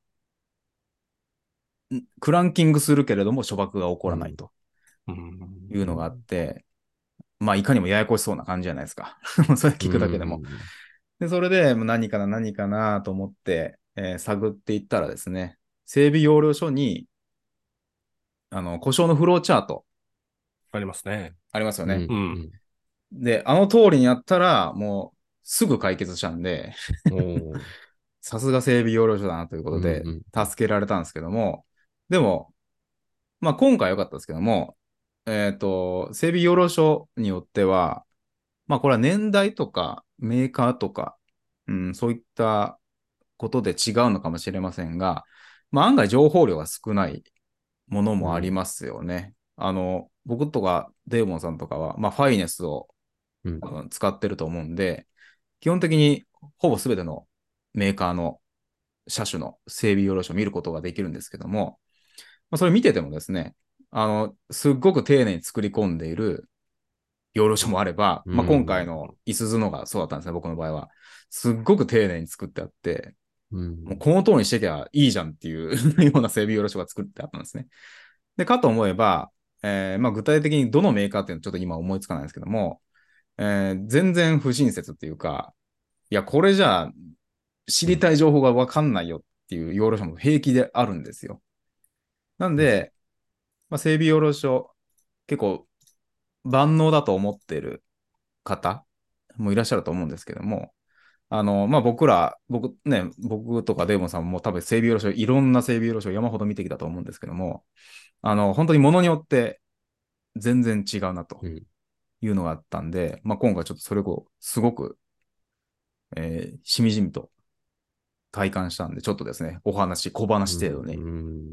んクランキングするけれども、処罰が起こうん。 らないとういうのがあっん。 て、まあ、いかにもややこしそうな感じじゃないですか。それう聞くだけでも。 ん。 で、それで、もう何かな、何かなと思って、えー探っていったらですね、整備要領書に、あの、故障のフローチャートありますね。 ありますよね。 うん。 うん。 うん。 で、あの通りにやったら、もう、すぐ解決したんで、 おー。 さすが整備要領書だなというこうん。 とで、 うん。うん。 助けられたんですけども、でも、まあ今回は良かったですけども、えっと、整備要領書によっては、まあこれは年代とかメーカーとか、うん、そういったことで違うのかもしれませんが、まあ案外情報量が少ないものもありますよね。あの、僕とかデーモンさんとかは、まあファイネスをうん。 多分使ってると思うんで、基本的にほぼ全てのメーカーの車種の整備要領書を見ることができるんですけども、まあ、それ見ててもですね、あの、すっごく丁寧に作り込んでいる要領書もあれば、 うまあ、今回ん。 のいすゞのがそうだったんですね、僕の場合は。すっごく丁寧に作ってあって、 うん。 もうこの通りにしてきゃいいじゃんっていうような整備要領書が作ってあったんですね。で、かと思えば、えーまあ、具体的にどのメーカーっていうのはちょっと今思いつかないんですけども、えー全然不親切っていうか、いや、これじゃあ知うん。 りたい情報がわかんないよっていう要領書も平気であるんですよ。なんで、まあ、整備要領書、結構万能だと思っている方もいらっしゃると思うんですけども、あの、まあ、僕ら、僕ね、僕とかデーモンさんも多分整備要領書、いろんな整備要領書を山ほど見てきたと思うんですけども、あの、本当に物によって全然違うなとうん。 いうのがあったんで、まあ、今回ちょっとそれをすごく、えーしみじみと体感したんで、ちょっとですね、お話、小話程度に、 うん。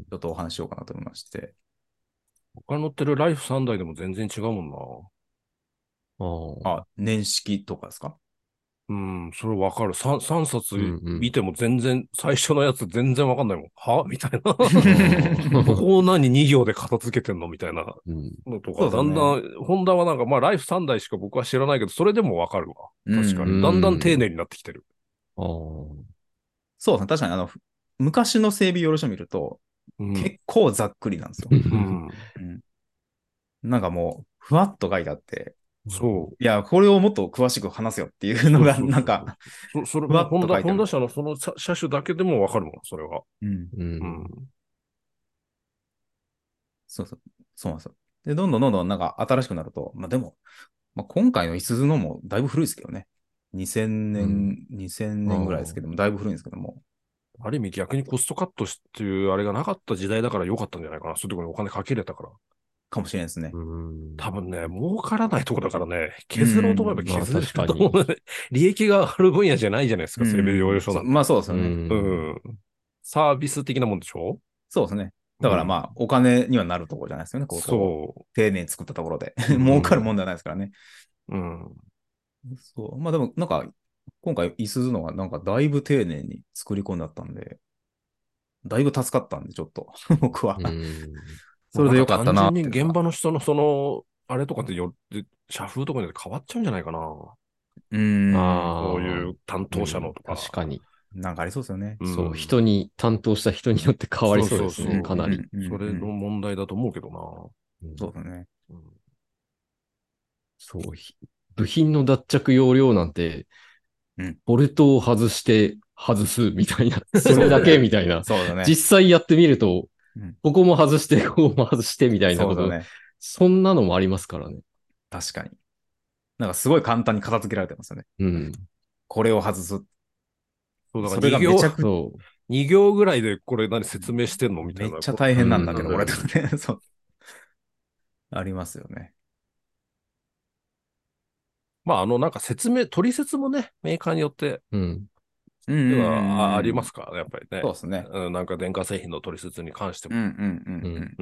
ちょっとお話しようかなと思いまして。 他に乗ってるライフさんだいでも全然違うもんな。 ああ。 あ、年式とかですか？ うん、それわかる。さん、冊うん。うん。 見ても全然、最初のやつ全然わかんないもん。はみたいな。 あこあ。 こを何に行で片付けてんのみたいなうん。 のとか、 そうですよね。 だんだん、ホンダはなんか、まあ、ライフさんだいしか僕は知らないけど、それでもわかるわ。 う確かに。だんだん丁ん。 寧になってきてる。 ああ。 そうですね。確かに、あの、ふ昔の整備要領書を見ると、 うん。 結構ざっくりなんですよ。 うん。 うん。 なんかもう、ふわっと書いてあって、 そう。 いや、これをもっと詳しく話せよっていうのが、 そうそうそうなんか、 そう。そ、それふわもうホンダ、 っと書いてある。 ホンダ車のその車車種だけでもわかるもん、それは。 うん。 ううん。 ん。 そうそう。そうなんですよ。で、どんどんどんどんなんか新しくなると、まあでも、まあ、今回のいすゞのもだいぶ古いですけどね。にせんねん、 うん。 にせんあねんぐらいですけども、だいぶ古いんですけども、 ある意味逆にコストカットっていうあれがなかった時代だから良かったんじゃないかな。そういうところにお金かけれたから。 かもしれないですね。 うん。 多分ね、儲からないとこだからね、削ろうと思えばうん。 まあ削れ確かに。 ると思うので、利益がある分野じゃないじゃないですか、 う整備療養ん。そ所なんて。 まあそうですうよね。 うん。 ん。サービス的なもんでしょ？ そうですね。だうん。 からまあ、お金にはなるところじゃないですよね。こう、こうそ丁寧に作ったところで。 う。う儲かるもんん。 ではないですからね。 うん。 そう。まあでも、なんか、今回、いすゞのが、なんか、だいぶ丁寧に作り込んだったんで、だいぶ助かったんで、ちょっと、僕は。 うん。 それでよかったなんか単純に現なっていうのが。 場の人のその、あれとかってよって、社風とかによって変わっちゃうんじゃないかな。 うーん。 そうああ。 いう担当者のうん。 とか。 確かに。 なんかありそうですよね。 そう。 うん。 人に、担当した人によって変わりそうそうですね。 そうそかなり。 うん、うん、 う。それのうん。 問題だと思うけどな。 うん。 そうですね。 うん。 そう。ひ部品の脱着容量なんて、 うん。 ボルトを外して外すみたいな。それだそうだね。 けみたいな。 そうだね。 実際やってみると、 うん。 ここも外して、ここも外してみたいなこと、 そうだね。 そんなのもありますからね。 確かに。なんかすごい簡単に片付けられてますよね。 うん。 これを外す。 そう、だからそれに行、 がめちゃく、 そに行ぐらいでこれ何説明してんのみたいなめっちゃことだ大変なんだけど、これうんとかね。そう。ありますよね。 まあ、あの、なんか説明、取説もね、メーカーによってう。うん。 うんうんでうんはああうんうん。 りますからね、やっぱりね。 そうですね。 うん、なんか電化製品の取説に関しても。 うんうんううん。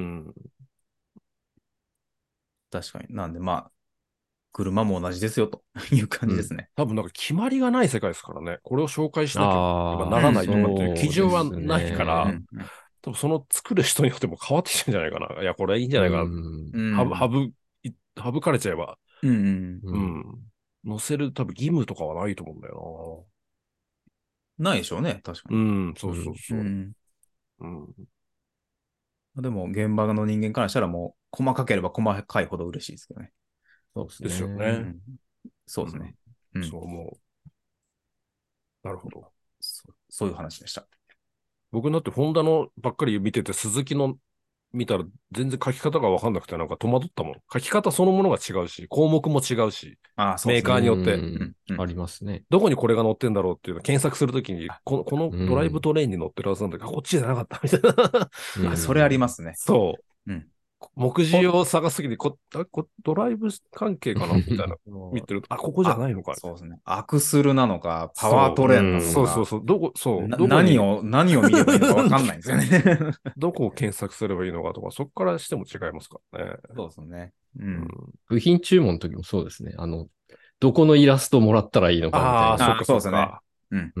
んうん。 うん。 確かに。なんでまあ、車も同じですよという感うん。 じですね。 多分なんか決まりがない世界ですからね。これを紹介しなければああ、 ならないとかっていう基そうで準はすないかうら、 ね。 んうん多分その作る人によっても変わってきてるんじゃないかな。いや、これはいいんじゃうないかな。 ん。 うはぶ、はんぶ、い省かれちゃえば。 うんうんうん。 うん。載せる多分義務とかはないと思うんだよないでしょうね。確かな。うに。 ん、そうそううん。 そう。 うんうん。 でも、現場の人間からしたらもう、細かければ細かいほど嬉しいですけどね。 そうですですよね。 ね。 うん。そううん。 ですね。うん。 そう思う。なるほど。 そう、そういう話でした。 僕だってホンダのばっかり見てて、鈴木の見たら全然書き方がわかんなくてなんか戸惑ったもん。書き方そのものが違うし、項目も違うし、 ああ、そうでメーすね。 カーによって、 ううん。 ん。うん。 ありますね。 どこにこれが載ってんだろうっていうのを検索するときに、 あ、 この、このうドライブん。 トレインに載ってるはずなんだけど、こっちじゃなかったみたいな。 うあ、それありまん。 すね。 そう。 うん。 目次を探すときにこ、あこ、ドライブ関係かなみたいな。見てると、あ、ここじゃあ、 ないのかみたいな。 そうですね。アクスルなのか、パワーそうトレーンなう。 のか、 そうそうそう。どこ、そう。 な、 どこに、 何を、何を見ればいいのかわかんないんですよね。 どこを検索すればいいのかとか、そこからしても違いますからね。 そうですね。ううん、 ん。 部品注文の時もそうですね。あの、どこのイラストもらったらいいのかみたああ、 いな。 そっかああ、そうですよね。 そっか。 うん。 うん。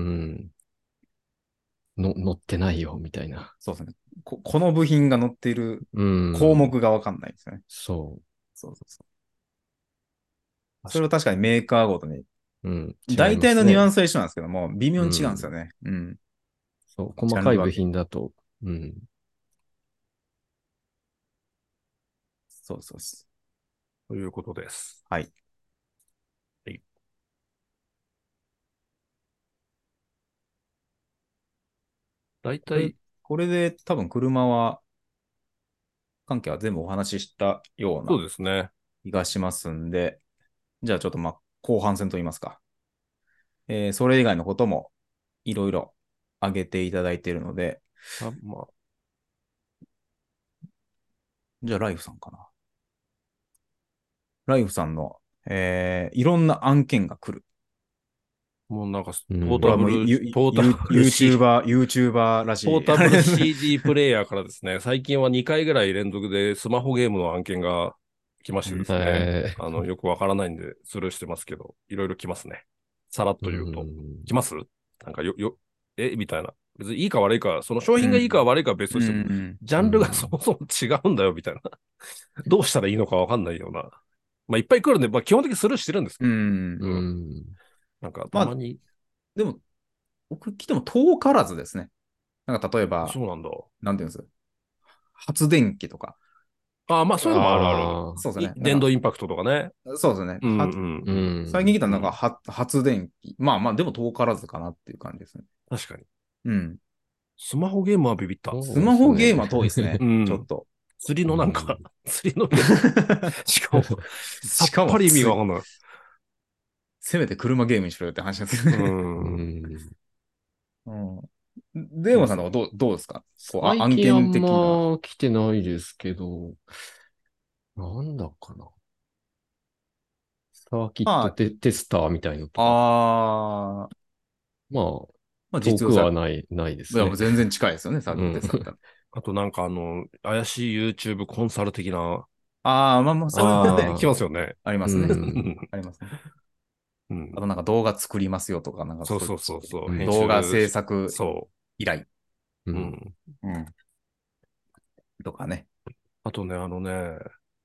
の、載ってないよ、みたいな。 そうですね。こ、この部品が載っているうん。 項目がわかんないんですよね。 そそうそうそう。そ確かれは確かにメーカーごとに、 うん。違い大体のニュアンますね。 スは一緒なんですけども、微妙に違うんですうん。 よね。うん。 そう、 ジ細かい部ャンル分け。 品だと、うん。 そうそうそう。 ということです。 はい。 はい。大これ、 体、 これで多分車は、関係は全部お話ししたようそうなですね。 気がしますんで、じゃあちょっとまあ、後半戦といいますか。えーそれ以外のこともいろいろ挙げていただいているので、 あまあ、 じゃあライフさんかな。ライフさんの、えーいろんな案件が来る。 もうなんか、 うん。 ポータブル、 これはもうユ、 ポータユ、 ブル C、 YouTuber、YouTuber らしい。 ポータブル シーディー プレイヤーからですね、最近はにかいぐらい連続でスマホゲームの案件が来ましてですね、 えあの、よくわからないんでスルーしてますけど、いろいろ来ますね。さらっー、うと言うと。 ん。 来ますなんかよ、よ、えみたいな。別にいいか悪いか、その商うん。 品がいいか悪いかは別とうしても、 ん。 ジャンルがそうん。 もそも違うんだよ、みたいな。どうしたらいいのかわかんないような。まあ、いっぱい来るんで、まあ、基本的にスルーしてるんですけうど、 ん。 ううん。 ん。 なんか、たまあ、 まに、 でも、僕来ても遠からずですね。なんか例えば、 そうなんだ。 なんていうんですか、発電機とか、 ああ、まあそういうのもあるある。 ああ、 そうですね。 い電動インパクトとかね。 そうですね。はうんうんううん。 ん。 最近来たのなんかは発電機。まあまあ、でも遠からずかなっていう感じですね。 確かに。 うん。 スマホゲームはビビった。 そうスマホゲームは遠いですね。 うんちょっと。 釣りのなんか、 うん釣りのゲーム。しかも、さしかもっぱり意味がつわかんない。 せめて車ゲームにしろよって話なんですようね。 うん。 ん。 うん。デーモンさんとかどう、どうですかこう、あ、案最近あん件的な。 ま来てないですけど、なんだかな。サーキットまテ、テスターみたいのとか。 あ、あー、 まあ、 まあ遠実用さ、 くはない、ないでいや、もすね。 う全然近いですよね、サーキットテうん。 ストだったら。 あとなんかあの、怪しい YouTube コンサル的な、 ああ、まあまあ、そういうのね、 来ますよね。 ありまうすね。 ん。 ありますね。 うんあとなんか動画作りますよとか、なんかそういうそうそうそうそう、 うん編集。 動画制作そ依頼。 うう。うん。 ん。 うん。とかね。 あとね、あのね、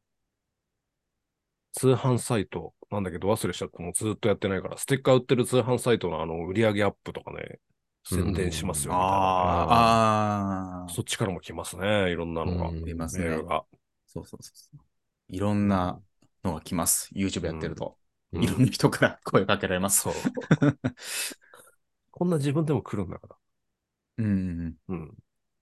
通販サイト、なんだけど忘れしちゃってもうずっとやってないから、ステッカー売ってる通販サイトのあの、売り上げアップとかね、宣伝しますよみたいなね。 ああ、ああ、 そっちからも来ますね、いろんなのが、 うんありますね。 メールが。 そうそうそうそう。いろんなのが来ます。YouTube やってると。 うんいろんな人から声かけられます。 そう。こんな自分でも来るんだから。 うん。 うん。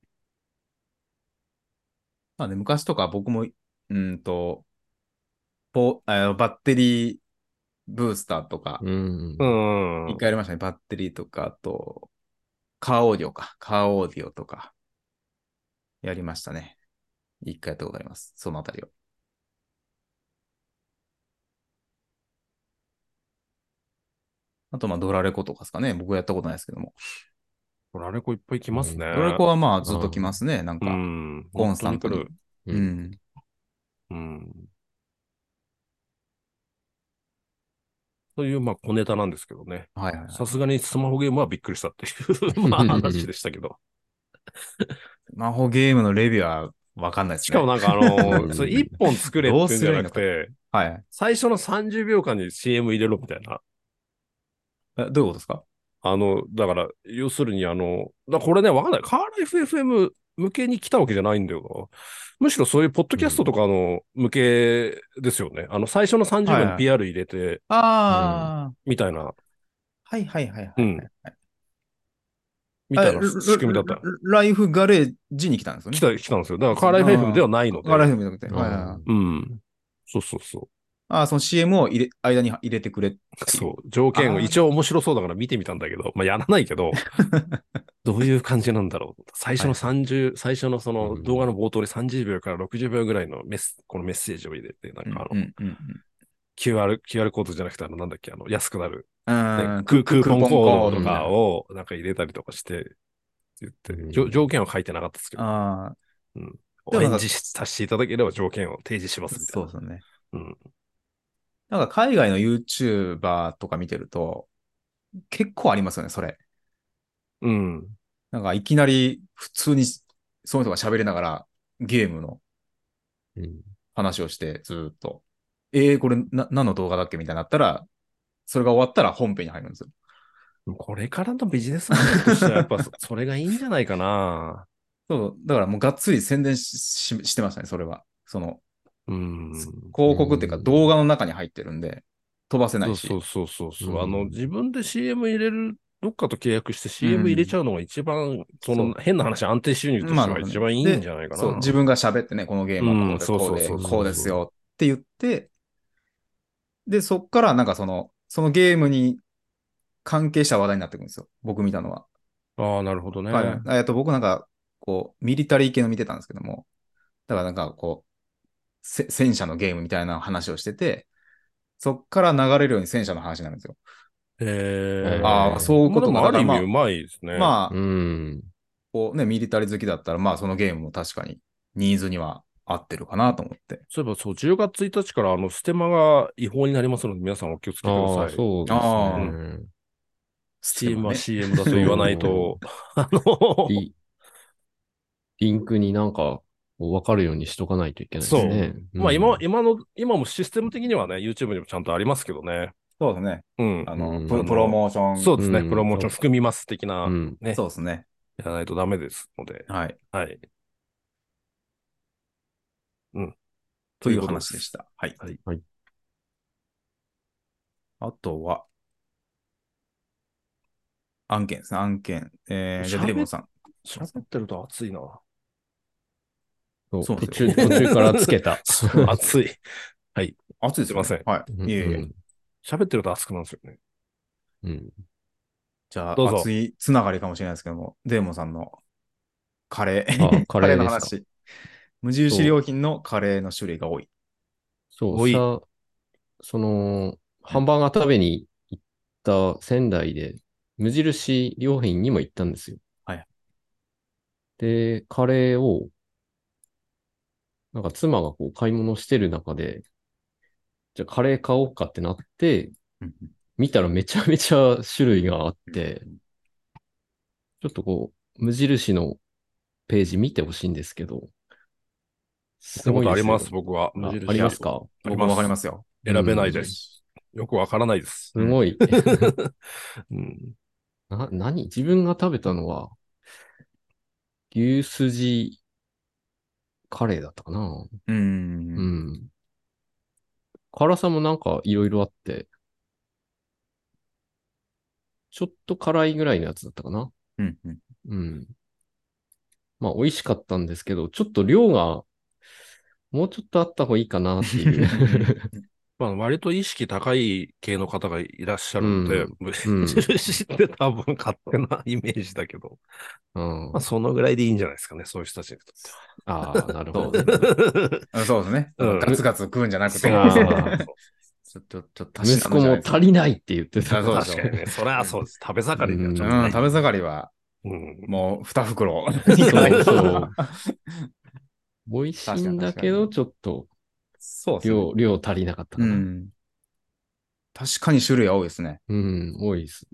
まあね、昔とか僕も、うんと、ポあのバッテリーブースターとか、 ううん。 ん。 一回やりましたね。バッテリーとか、あと、カーオーディオか。カーオーディオとか、やりましたね。一回やったことあります。そのあたりを。あと、まあ、ドラレコとかですかね。僕はやったことないですけども。 これあれこいっぱい来ますね。 ドラレコはまあ、ずっと来ますね。なんうか、 ん。 コン本スタントに。 当に来る。 う。 うんん。 うん。という、まあ、小ネタなんですけどね。 はいはいはい。 さすがにスマホゲームはびっくりしたっていうまあ、話でしたけど。 スマホゲームのレビューはわかんないですね。 しかもなんかあのうんーそれ一本作れっどうてんじゃなすりゃいいのか。 くて、 はい。 最初のさんじゅうびょうかんに シーエム 入れろみたいな。 えどういうことですか？ あの、だから、要するにあの、だこれね、わかんない。カーライフ エフエム 向けに来たわけじゃないんだよな。むしろそういうポッドキャストとかの向けですよね。あの、最初のさんじゅうびょうにはいはい。 ピーアール 入れて、 ああ、 みたいな、 はいはいはいはいうん、 はい。あれ、 みたいな仕組みだった。 ライフガレージに来たんですよね。 来た、来たんですよ。だからカーライフ エフエム ではないので。 ガレージじゃなくて。はいはいはい。 うん。そうそうそう。 ああ、その シーエム を入れ、間に入れてくれっていう。 そう。条件をあー一応面白そうだから見てみたんだけど、まあやらないけど、どういう感じなんだろう。最初のさんじゅう、最初のその動画の冒頭でさんじゅうびょうからろくじゅうびょうぐらいのメス、このメッセージを入れて、なんかあの、 うんうんうんキューアール、キューアール コードじゃなくて、あの、なんだっけ、あの、安くなる、 うん。 ね、 うん、 ク、 ク、クーポンクーポンコードとコードみたいな。 かをなんか入れたりとかして、言って、 うんじょ条件は書いてなかったですけど、 ああ、 うん。 でもなんかお返事させていただければ条件を提示しますみたいな。 そうですよね。 うん。 なんか海外の YouTuber とか見てると、結構ありますよね、それ。 うん。 なんかいきなり普通にその人が喋りながらゲームのうん話をしてずーっと。えー、これな、何の動画だっけみたいになったら、それが終わったら本編に入るんですよ。 これからのビジネスモデルとしてはやっぱそそれがいいんじゃないかな。 そう、だからもうがっつり宣伝し、し、してましたね、それは。その、 うん。 広告っていうか動画の中に入ってるんで、飛ばせないし。 そうそうそうそうそう、 うんあの、自分で シーエム 入れる、どっかと契約してうシーエム 入れちゃうのが一番、そのそう変な話、安定収入としてはまあそうね一番いいんじゃないかな。 そう、自分が喋ってね、このゲームはこうで、 うんそうこうで、 そうそうそうこうですよって言って、で、そっからなんかその、そのゲームに関係した話題になってくるんですよ。僕見たのは。 ああ、なるほどね。 はい。えっと、僕なんか、こう、ミリタリー系の見てたんですけども、だからなんかこう、せ戦車のゲームみたいな話をしてて、そっから流れるように戦車の話になるんですよ。 ええああ、そういうことか。 まあでもあだからまあ、 る意味うまいですね。 うまあ、 ん。 こうね、ミリタリー好きだったら、まあそのゲームも確かにニーズには合ってるかなと思って。 そういえばそう、じゅうがつついたちからあのステマが違法になりますので、皆さんお気をつけくだああ、 さい。 そうですああ、 ね。 ステシーエム はマね。 シーエム だと言わないと、あの、 リ、リンクになんか、わかるようにしとかないといけないですそう。 ね。 まあ今、 うん今の、今もシステム的にはね、YouTube にもちゃんとありますけどね。 そうですね。 うん。 あの、 うんプ、プロモーション。 そうですね。 うんプロモーション含みます的な、 うんね、 そうですね。 やらないとダメですので。 はい。 はい。うん。 というということです話でした。はい。 はい。 はいあとは、案件ですね、案件。えー、じゃあ、 喋デーモンさん。 喋ってると熱いな。 そうそうなんですよ。 途中、途中からつけた。 熱い。はい。 暑いですよね。 すいません。 はうんい。いえいえ。 うん喋ってると熱くなるんですよね。 うんじゃあ、 どうぞ。 熱いつながりかもしれないですけども、デーモンさんのカレあ、 ー、 カカレーレーですか。 の話。無印そう、 良品のカレーの種類が多い。 そう、 多い。 さ、その、 うん。 ハンバーガー食べに行った仙台で、無印良品にも行ったんですよ。 はい。 で、カレーを、なんか妻がこう買い物してる中で、じゃあカレー買おうかってなって、 うん見たらめちゃめちゃ種類があっうんて、ちょっとこう、無印のページ見てほしいんですけど、す見たこごいですよ。 とあります、僕は。無あ、あ印良品。 りますか？ あり僕もわかります。 ますよ。 う選べないでん。 す。よくわからないです。 うん。 すごい。 うん、 な、何自分が食べたのは、牛すじカレーだったかな。 ううん。 ん。辛さもなんかいろいろあって、ちょっと辛いぐらいのやつだったかな。 うん。うん。 うん。まあ美味しかったんですけど、ちょっと量がもうちょっとあった方がいいかなっていう。 まあ、割と意識高い系の方がいらっしゃうるので、 ん。 無うん。 印って多分勝手なイメージだけど、 うまあ、 ん。 そのぐらいでいいんじゃないですかね、そういう人たちにとってああ、なるほどね。 そうですね。 は。 あそうですね。そのガツむ、 ガツ食うんじゃなくてそうああ、 そうちょっと、ちょっと、たしな息子もむじゃないですね。 足りないって言ってたあ、 から。 そうでしょ確かにね、それはそうです。食べ盛りにはちょっとう。うん、 ね。 食べ盛りは、 うん。 もう、二袋いかないそうと。 そう。美味しい確かに、 んだ確かに。 けど、ちょっとそうですね。 量、量足りなかったかな。 うん。確かに種類は多いですね。 うん、多いです。 うん。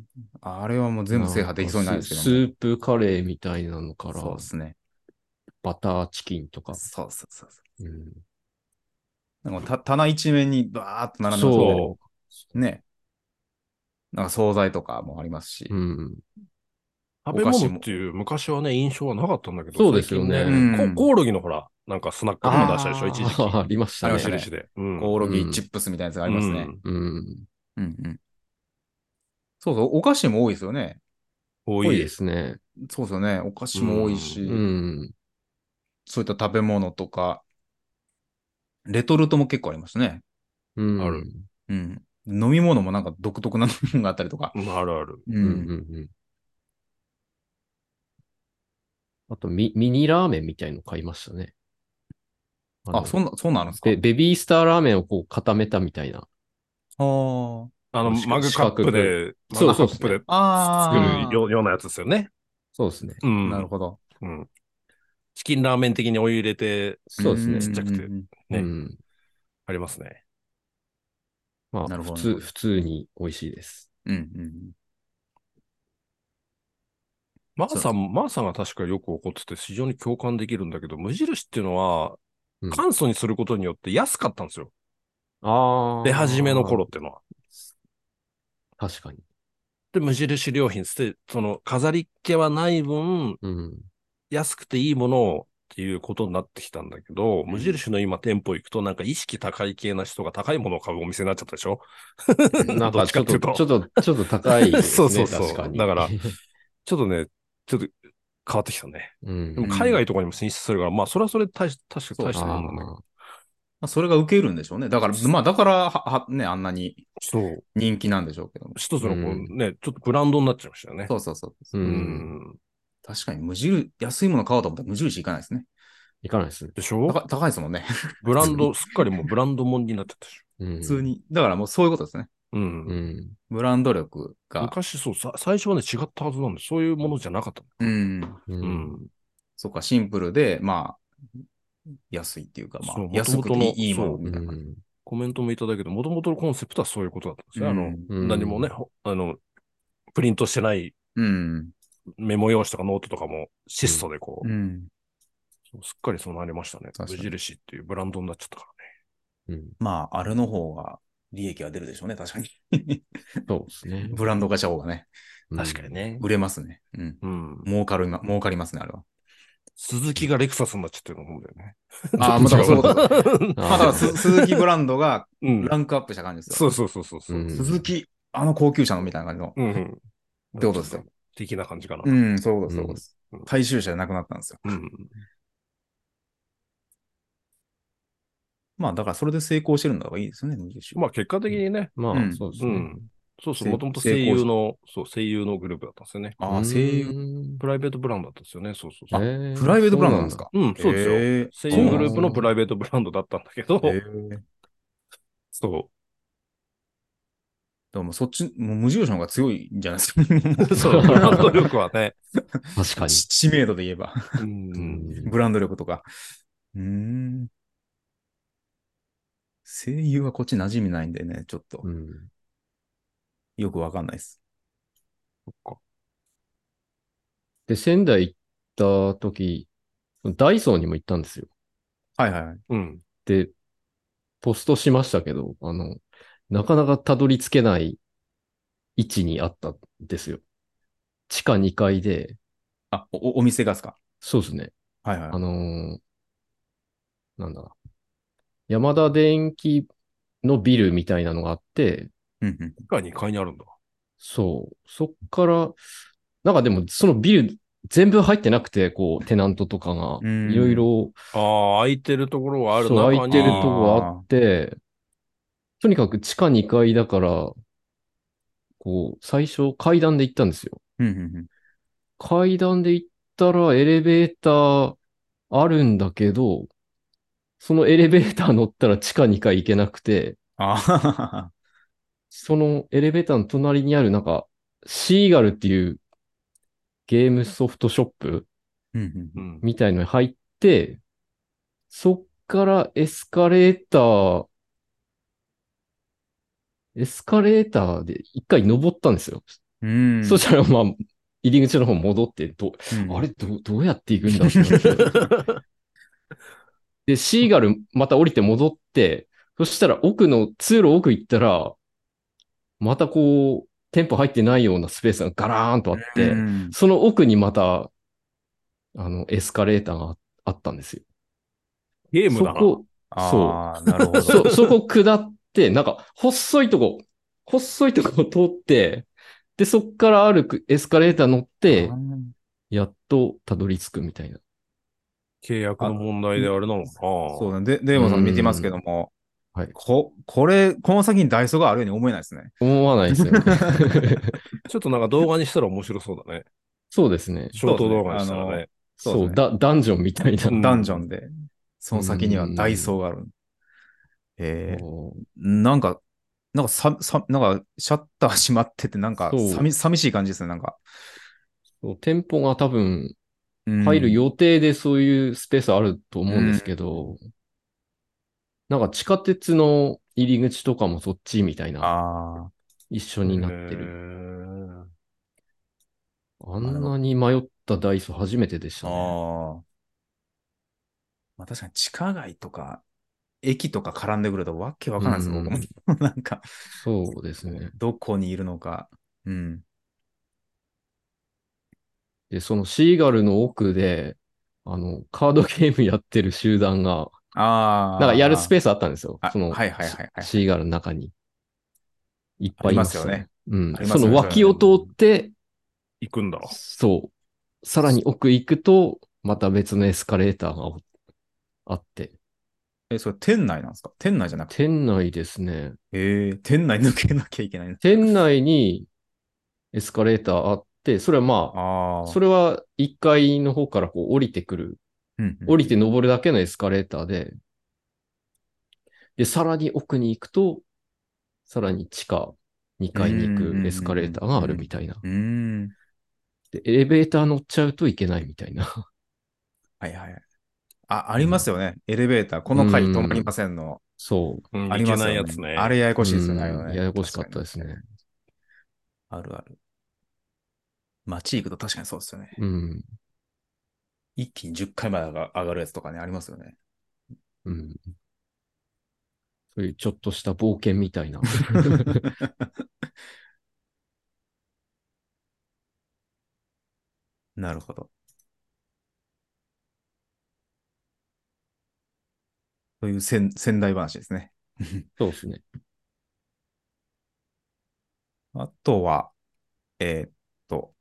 あれはもう全部制覇できなんかス、 そうにないですけども。 スープカレーみたいなのから、 そうですね。 バターチキンとか。 そうそうそうそうん、 う。なんかた棚一面にバーっと並んでますよね。 そね。なんか惣菜とかもありますう。うし、 ん。 食べお菓子も。 物っていう昔はね、印象はなかったんだけど、 そうですよ最近ね、 うね。 コん。 コオロギのほら、なんかスナックとかも出したでしょ、一時期。 ああ、ありましたね。 ありましたね。 無印で。うん。 コオロギチうん。 ップスみたいなやつがあうりますね。 ん。 うん。 うんうん。そうそう、お菓子も多いですよね。 多いで多い。 すね。 そうですよね。お菓う子も多いん。 うし、 ん。 そういった食べ物とか、レトルトも結構ありますね。 うある。 ん。 うん。飲み物もなんか独特な飲み物があったりとか。 うんあるある。 ううん。うん。 ん。うんあとミ、ミニラーメンみたいの買いましたね。ああ、 の、 そんな、そんなんあるんですか？ ベ、ベビースターラーメンをこう固めたみたいな。 あーあの、 こうしマグカッ四角く。 プで、マそうグそうですね。 カップで作るあよようなやつですよね。 そうですね。 ー、なるうん。 ほど。 うん。チキンラーメン的にお湯入れて、 うーそうですね。 ちっちゃくて、 ん。 ね、 うん。 ありますね。 まあ、 なるほど、なる普通、 ほど。 普通に美味しいです。 うん、うんうん。そうです。 マーさん、マーさんが確かよく怒ってて非常に共感できるんだけど、無印っていうのは、 うん。 簡素にすることによって安かったんですよ。出始めのああ、 頃っていうのは。 確かに。 で、無印良品つって、その飾りっ気はない分、 うん。 安くていいものをっていうことになってきたんだけど、無うん印の今店舗行くとなんか意識高い系な人が高いものを買うお店になっちゃったでしょ。 なんどっかちょっと、 ちかっていうと。 ちょっと、ちょっと高いそうですね。 そうそう。だ確かに。 から、ちょっとね、ちょっと変わってきたね。 うでもん。 海外とかにも進出するから、まあそれはそれで大し、確か大したそうですね。 もんなんだけど。 ああ、 まあ、それが受けるんでしょうね。だから、まあ、だから、は、はね、あんなにそう。 人気なんでしょうけども。 一つのこうん。 うね、ちょっとブランドになっちゃいましたよね。 そうそうそう。 ううん。 ん。 確かに無印、安いもの買おうと思ったら無印行かないですね。 いかないですね。 でしょ。 高い、高いですもんね。 ブランド、 普通に。 すっかりもうブランドもんになっちゃったでしうん。 普通に。だからもうそういうことですね。 ょ。うん。 うん。 ブランド力が。 昔そう、さ、最初はね、違ったはずなんで、そういうものじゃなかったうの。 ん。 うん。 うん。 そっか、シンプルで、まあ、安いっていうか、まあ、 そう、もと安くていもとの、 いいいものそう、 うみたいな感じ。 ん。 コメントもいただけど、もともとのコンセプトはそういうことだったんですうよ。あの、 ん。 う何もね、 ん。 ほあの、プリントしてないうん。 メモ用紙とかノートとかも質うん素でこう、 うん。 そうすっかりそうなりましたね。無確かに。 印っていうブランドになっちゃったからね。 うん。 まあ、あれの方が利益が出るでしょうね。確かに。 そうですね。 ブランド化した方がね、 うん。 確かにね。 売れますね。うん。 うん。 儲かる、儲かりますね、あれは。 鈴木がレクサスになっちゃってると思うんだよね。 ああ、もうだからそういうことです。 違う。 まあだからス鈴木ブランドがうん。 ランクアップした感じですよ。 そうそうそうそうそう。 うん鈴木、あの高級車のみたいな感じの。っうん。 てことですよ。 的な感じかな。 うん、そういうことです、そういうことでうん。 す。 うん。 大衆車じゃなくなったんですよ。 うん。 まあだからそれで成功してるんだからいいですよね、無印。 まあ結果的にね、 うまあ、 ん。 そうですね。 うん。そうそう、も成ともと声成功し、 優の、そう、声優のグループだったんですよね。 うああ、声優。 ーん。 プライベートブランドだったんですよね。そうそうあ、 そう。 プええ、 ライベートブそうなんだ。 ランドなんですか？ うん、そうですよ。 ええ、 声そう優グループのなんですね。 プライベートブランドだったんだけど、 ええ。 そでもそっち、もう無印の方が強いんじゃないですか。 う。そう、ブランド力はね。 確かに。 知知名度で言えば。 ううん。 ん。 ブランド力とか。うーん。声優はこっち馴染みないんでね、ちょっとうん。 よくわかんないです。 そっか。 で、仙台行った時、ダイソーにも行ったんですよ。 はいはいはい。 うん。 で、ポストしましたけど、あの、なかなかたどり着けない位置にあったんですよ。地下にかいで、 あ、お、お店がですか？ そうですね。あはいはい。 のーなんだ、山田電機のビルみたいなのがあって、 うんうん。 地下にかいにあるんだ。 そう、そっから、なんかでもそのビル全部入ってなくて、こう、テナントとかが、 うーいろいん。 ろ、 ああ、空いてるところがあるそう、空いてる中に、 とこがあっああ。 て、とにかく地下にかいだから、こう、最初階段で行ったんですよ。 うんうんうん。 階段で行ったらエレベーターあるんだけど、そのエレベーター乗ったら地下にかい行けなくて、 ああ。 そのエレベーターの隣にあるなんか、シーガルっていうゲームソフトショップうんうんうん。 うん。 みたいのに入って、そっからエスカレーター、エスカレーターで一回登ったんですよ。 うーん。 そしたらまあ、入り口の方戻って、ど、 うん。 あれど、どうやって行くんだってなって。で、シーガルまた降りて戻って、そしたら奥の通路奥行ったら、またこう、店舗入ってないようなスペースがガラーンとあっうて、 ん。 その奥にまた、あの、エスカレーターがあったんですよ。 ゲームだな。 そこ、そああ、なるう、 ほど。 そ、そこ下って、なんか、細いとこ、細いとこを通って、で、そっから歩くエスカレーター乗っあて、やっとたどり着くみたいな。 契約のあ、 問題であれなのかな。 そうだね。で、デーうーモンさん見てますけどん。 も、 はい。 こ、これ、この先にダイソーがあるように思えないですね。 思わないですよね。 ちょっとなんか動画にしたら面白そうだね。 そうですね。 ショそうですね。 ート動画にあの、 したらね。 そう、 そうですね。 ダ、ダンジョンみたいな。 そう、 うダンジョうん。 ンで、そーの先にはダイソーん。 がある。えー、 そう、 なんか、なんかさ、さ、なんか、シャッター閉まってて、なんか、 そう、 寂、寂しい感じですね、なんか。 そう店舗が多分う入るん。 予定でそういうスペースあるとう思うんですけん。 ど、なんか地下鉄の入り口とかもそっちみたいな、 あへ一緒になってる。 ー。 ああ、まあでも、 んなに迷ったダイソー初めてでしたね。 ああ、まあ確かに地下街とか、駅とか絡んでくるとわけわうからないです、僕も。 ん。 なんか、 そうですね。 どこにいるのか。うん。 で、そのシーガルの奥で、あの、カードゲームやってる集団が、なんかやるスあペースあったんですよ。 あ、あ、 そのはいはいシはいはいはい。 シーガルの中に。いっぱありいいましたね。 ますよね。 うん。そのありますよね、そういうのね。 脇を通って、 行くんだ。 そう。さらに奥行くと、また別のエスカレーターがあって、 え、それ店内なんですか？店内じゃなくて。 店内ですね。 えー、店内抜けなきゃいけないんですか？ 店内にエスカレーターあって、それはまあ、 ああ、 それはいっかいの方からこう降りてくる、 うんうん。 降りて登るだけのエスカレーターで、で、さらに奥に行くと、さらに地下うーん、 にかいに行くエスカレーうん、 ターがあうん、 るみたいな。 うん。うーん。 で、エレベーター乗っちゃうといけないみたいな。 はいはい。あ、ありますうん。 よね。エレベーター。こうの階止まりまん。 せんの。 そうん、 あいけないりますよね。 やつね。 あれややこう。うしいですよね、あれはん。 ね。 ややこしかっ確かに。 たですね。 あるある。街行くと確かにそうですよね。 うん。 一気にじゅっかいまで上が上がるやつとかね、ありますよね。 うん。そういうちょっとした冒険みたいな。 なるほど。 そういう仙仙台話ですね。 そうですね。 あとは、えーっと、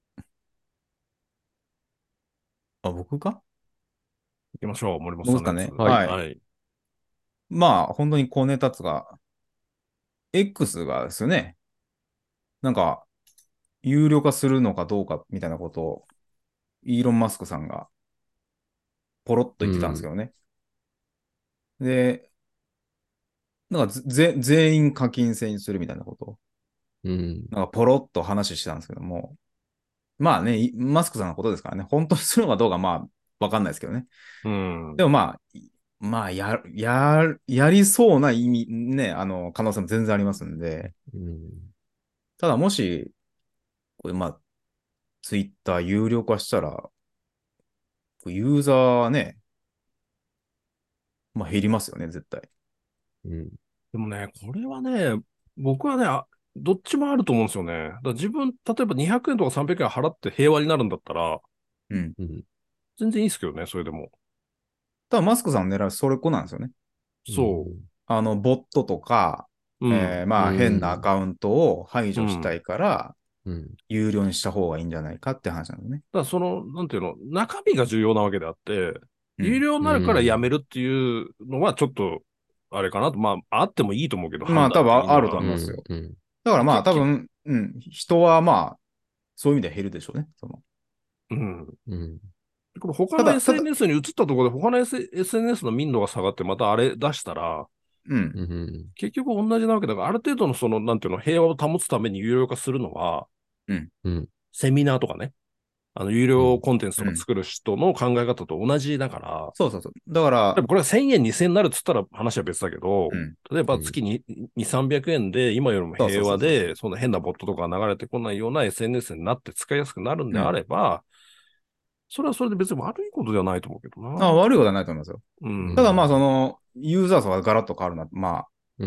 あ、僕か行きましょう、森本僕ですかさんのやつ。 ね。はい。 はい。 まあ、本当に小ネタっつが、X がですよね。なんか、有料化するのかどうかみたいなことを、イーロン・マスクさんがポロッと言ってたんですけうん。 どね。で、なんかぜ全員課金制にするみたいなことを、 うん。 なんかポロッと話してたんですけども、まあね、マスクさんのことですからね、本当にするのかどうかまあ、わかんないですけどね。 うん。 でもまあ、まあ、や、や、やりそうな意味、ね、あの、可能性も全然ありますんで、 うん。 ただもし、これまあ、ツイッター有料化したら、ユーザーね、まあ減りますよね、絶対。 うん。 でもね、これはね、僕はね、あどっちもあると思うんですよね。だから自分、例えばにひゃくえんとかさんびゃくえん払って平和になるんだったら、 うん。 うん。 全然いいですけどね、それでも。 ただマスクさんの狙いはそれっこなんですよね。 そあの、ボットとか、 う。うん。 えーまあ変なアカウントを排うん。 除したいから、 うん。 有料にした方がいいんじゃないかって話なのね。 だからその、なんていうの、中身が重要なわけであって、有うん。 料になるからやめるっていうのはちょっと、あれかなと。まあ、あってもいいと思うけど、判まあ多断的分あるとには。 思いますよ。 うん。 だからまあけけ多分、うん、人はまあ、そういう意味で減るでしょうね。その。 うん。 うん。 これ他のただ、ただ、 エスエヌエス に移ったところで、他の エスエヌエス の民度が下がってまたあれ出したら、 うん、 うん。 結局同じなわけだから、ある程度のその、なんていうの、平和を保つために有料化するのは、 うん、 うん。 セミナーとかね、あの、有うん。 料コンテンツとうん。 か作る人の考え方と同じだから、 そうそうそう。だから、 例えばこれがせんえん、にせんえんになるっつったら話は別だけど、 うん。 例えばうん。 月にに、さんびゃくえんで今よりもそうそうそうそう。 平和で、その変なボットとか流れてこないような エスエヌエス になって使いやすくなるんであうん。 れば、それはそれで別に悪いことではないと思うけどあ、 な。 悪いことはないと思いますよ。 ううただまあ、そん。 ん。 の、ユーザー層がガラッと変わるな。まあ、 うん。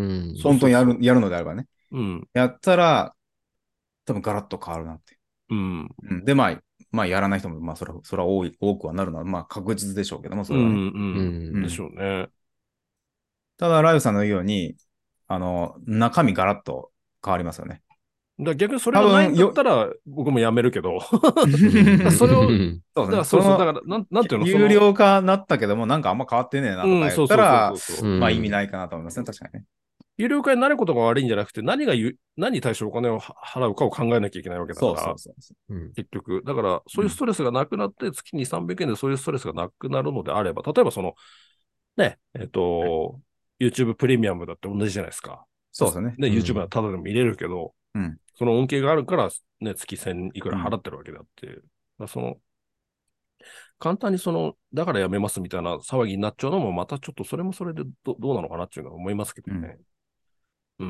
そう本当にやる、 そうそやるのであればね。 う。うん。 やったら、多分ガラッと変わるなって。 うん。 うん。で、まあ、まあ、やらない人も、まあ、それは、それは多い、多くはなるのは、まあ、確実でしょうけども、そうん。 れはね。 ううん。でしん。 ょうね。 ただ、ライフさんの言うように、あの、中身ガラッと変わりますよね。 だから逆にそれがないん多分、よ、 だったら僕もやめるけど、 うそれを、だん。 そうですね。 からそうそう、だその、 からなん、なんていうの、そ有の、 料化なったけども、なんかあんま変わってねえなとうん、 か言っそうそうそうそたら、 うそう。 うまあ意味ん。 ないかなと思いますね。確かにね。 有料化になることが悪いんじゃなくて、何がゆ、何に対してお金を払うかを考えなきゃいけないわけだかそうそうら、 そうそうん。 結局。だから、 う。 そういうスうん。 トレスがなくなって、月にさんびゃくえんでそういうストレスがなくなるのであれば、例えばその、ね、えっと、YouTube プレミアムだって同じじゃないですか。 そうですね。 ね、 う YouTube はん。 ただでも見れるけど、 うん。 その恩恵があるから、ね、月せんいくうん。 ら払ってるわけであって、だからその、簡単にその、だからやめますみたいな騒ぎになっちゃうのも、またちょっとそれもそれでどどうなのかなっていうのは思いますけどうん。 ね。うん。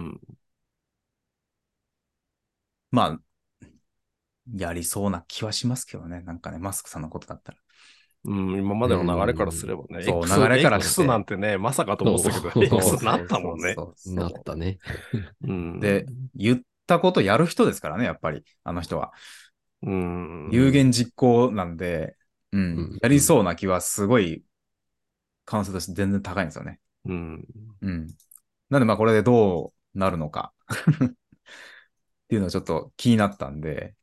まあ、やりそうな気はしますけどね。なんかね、マスクさんのことだったら。 うん、今まうでの流れからすん。 ればね、 そう、 X、 流れからし X なんて。 てね、まさかと思ってたけど、 そう X になっそうたもんね。 そうそうなっそたね。 うう。で、 ん。 言ったことやる人ですからね、やっぱり、あの人は。 う有ん。 言実行なんで、うん、 うん。 やりうん。 そうな気はすごい可能性として全然高いんですよね。 うん。 うん。なんでまあこれでどうなるのかっていうのはちょっと気になったんで、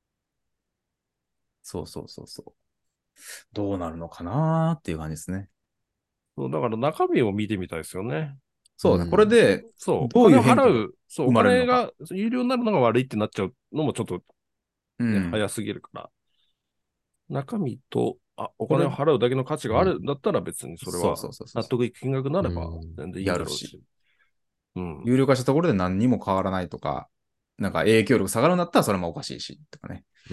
そうそうそうそう。どうなるのかなーっていう感じですね。 そうだから中身を見てみたいですよね。 そうですね。これうん。 でそう、おどう金をいう変化が払う、そう、 生おまれるのか。 金が有料になるのが悪いってなっちゃうのもちょっとね、 うん。 早すぎるから。中身と、あ、おこれ、 金を払うだけの価値があうん。 るんだったら別にそれそうはそうそうそう。 納得いく金額になうればん。 全然いいやるし。 だろうし。うん。 有料化したところで何にも変わらないとか、なんか影響力下がるんだったらそれもおかしいし、とかね。 うん。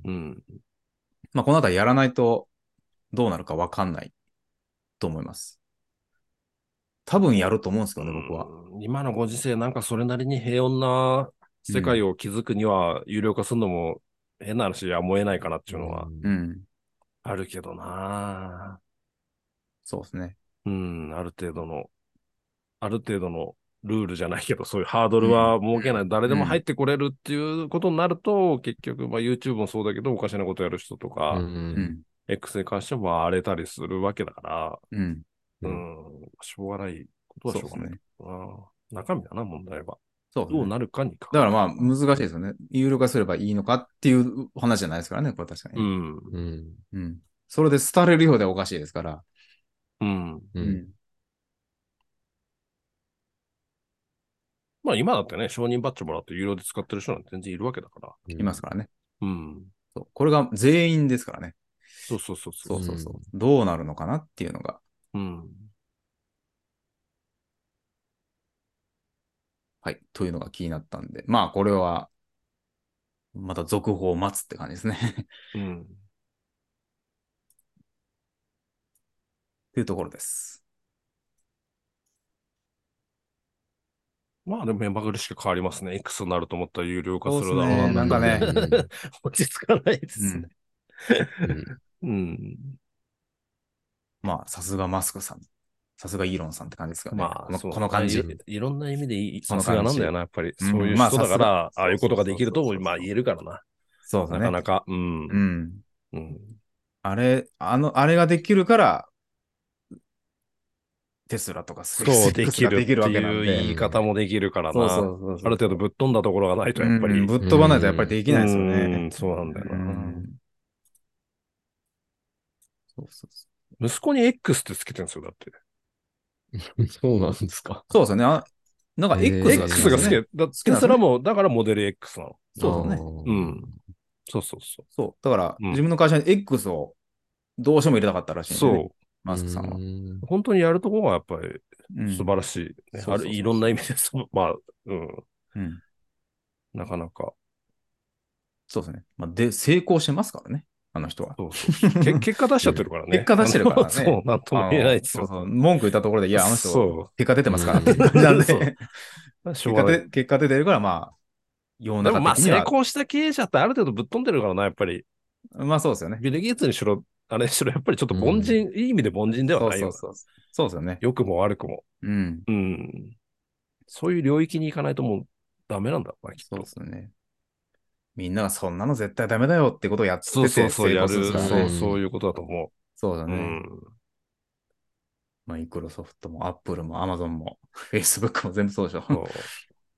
うん。 まあこのあたりやらないとどうなるかわかんないと思います。多分やると思うんですけうどね、僕は。 ん、今のご時世なんかそれなりに平穏な世界うん。 を築くには有料化するのも変な話やむを得ないかなってういうのはん。 うん。 あるけどな。 そうですね。 うん、ある程度の、ある程度のルールじゃないけど、そういうハードうん。 ルは設けない。誰でも入うん。 ってこれるっていうことになると、結局、まあ YouTube もそうだけど、おかしなことやる人とうか、 ん。 うん。 X に関しても荒れたりするわけだから、 うん。 うん。しょうがないことはしょうがない。 そうですね。 中身だな、問題は。 そうですね。 どうなるかにかだからまあ難しいですよね。有料化すればいいのかっていう話じゃないですからね、これ確かにね。 うん。 うん。 うん。それで廃れるようでおかしいですから。 うん。 うん。 うん。 まあ今だってね、承認バッジもらって有料で使ってる人なんて全然いるわけだから。 いますからね。 うん。 そう。これが全員ですからね。 そうそうそうそう。 そうそうそう。どうなるのかなっていうのが。 うん。 はい。というのが気になったんで。まあこれは、また続報を待つって感じですね。 うん。 というところです。 まあでも目まぐるしく変わりますね。X になると思ったら有料化そうするだろう。 ですね。 なんだろう。 なんかね。 落ち着かないですね。 うん。 うん。 うん。 まあ、さすがマスクさん。さすがイーロンさんって感じですよね。 まあ、 この、 そうこの感じ。 だね。い、いろんな意味でいいさすがこの感じ。 なんだよな、やっぱり。 うん。まあ、 そういう人さすが。 だから、ああいうことができると、まあ言えるからな。 そうですね。 なかなか。うん。 うん。 うん。 あれ、あの、あれができるから、テスラとかスペースそうで X きるってができるわけなんいう言いで。 方もできるからそうそな。 うそうある程度そうそう。 ぶっ飛んだところがないと、やっぱうん、 り。 ぶっ飛ばないとやっぱりできうないですよね。 ん、そうなんだような。 ん。そうそうそう。 息子に X ってつけてるんですよ、だって。 そうなんですか。 そうですよね。あ、なんか X が好きなん X ですよね。 が好き。だ好きテなんですよね。 スラも、だからモデル X なの。 そうですよね。 うん。そうそうそそう。だから、 う。うん。 自分の会社に X をどうしても入れたかったらしいんですよね。 そうマスクさんは。 ん。 う。本当にやるところがやっぱりうん。 素晴らしい、ね。ある、 そうそうそういろんな意味そで、そまあ、うん。 う。うん。 なかなか。 そうですね。まあ、で、成功してますからね。あの人は。 そうそうそう。け、結果出しちゃってるからね。 結果出してるかあの、 らね。 そう、なんとも言えないあの、 ですよ。 そうそう。文句言ったところで、いや、あの人、 そ結果出てうますからっていう感じなんう。そで、 う。しょうがない。 結果で、結果出てるから、まあ、世の中でもまあ成的には、 功した経営者ってある程度ぶっ飛んでるからな、やっぱり。 まあそうですよね。 ビル・ゲイツにしろ、あれにしろ、やっぱりちょっと凡うん人、いい意味で凡人ではないよな。 そうそうそう。そうですよね。 良くも悪くも。 うん。 うん。そういう領域に行かないともうダメなんだろうな、きっそうでと。 すよね。みんながそんなの絶対ダメだよってことをやってそうそうそう、 て成功するんですやる、そう、 からね。 そういうことだと思う。うそうだね。 ん。 マイクロソフトもアップルもアマゾンもフェイスブックも全部そうでしょ。 そ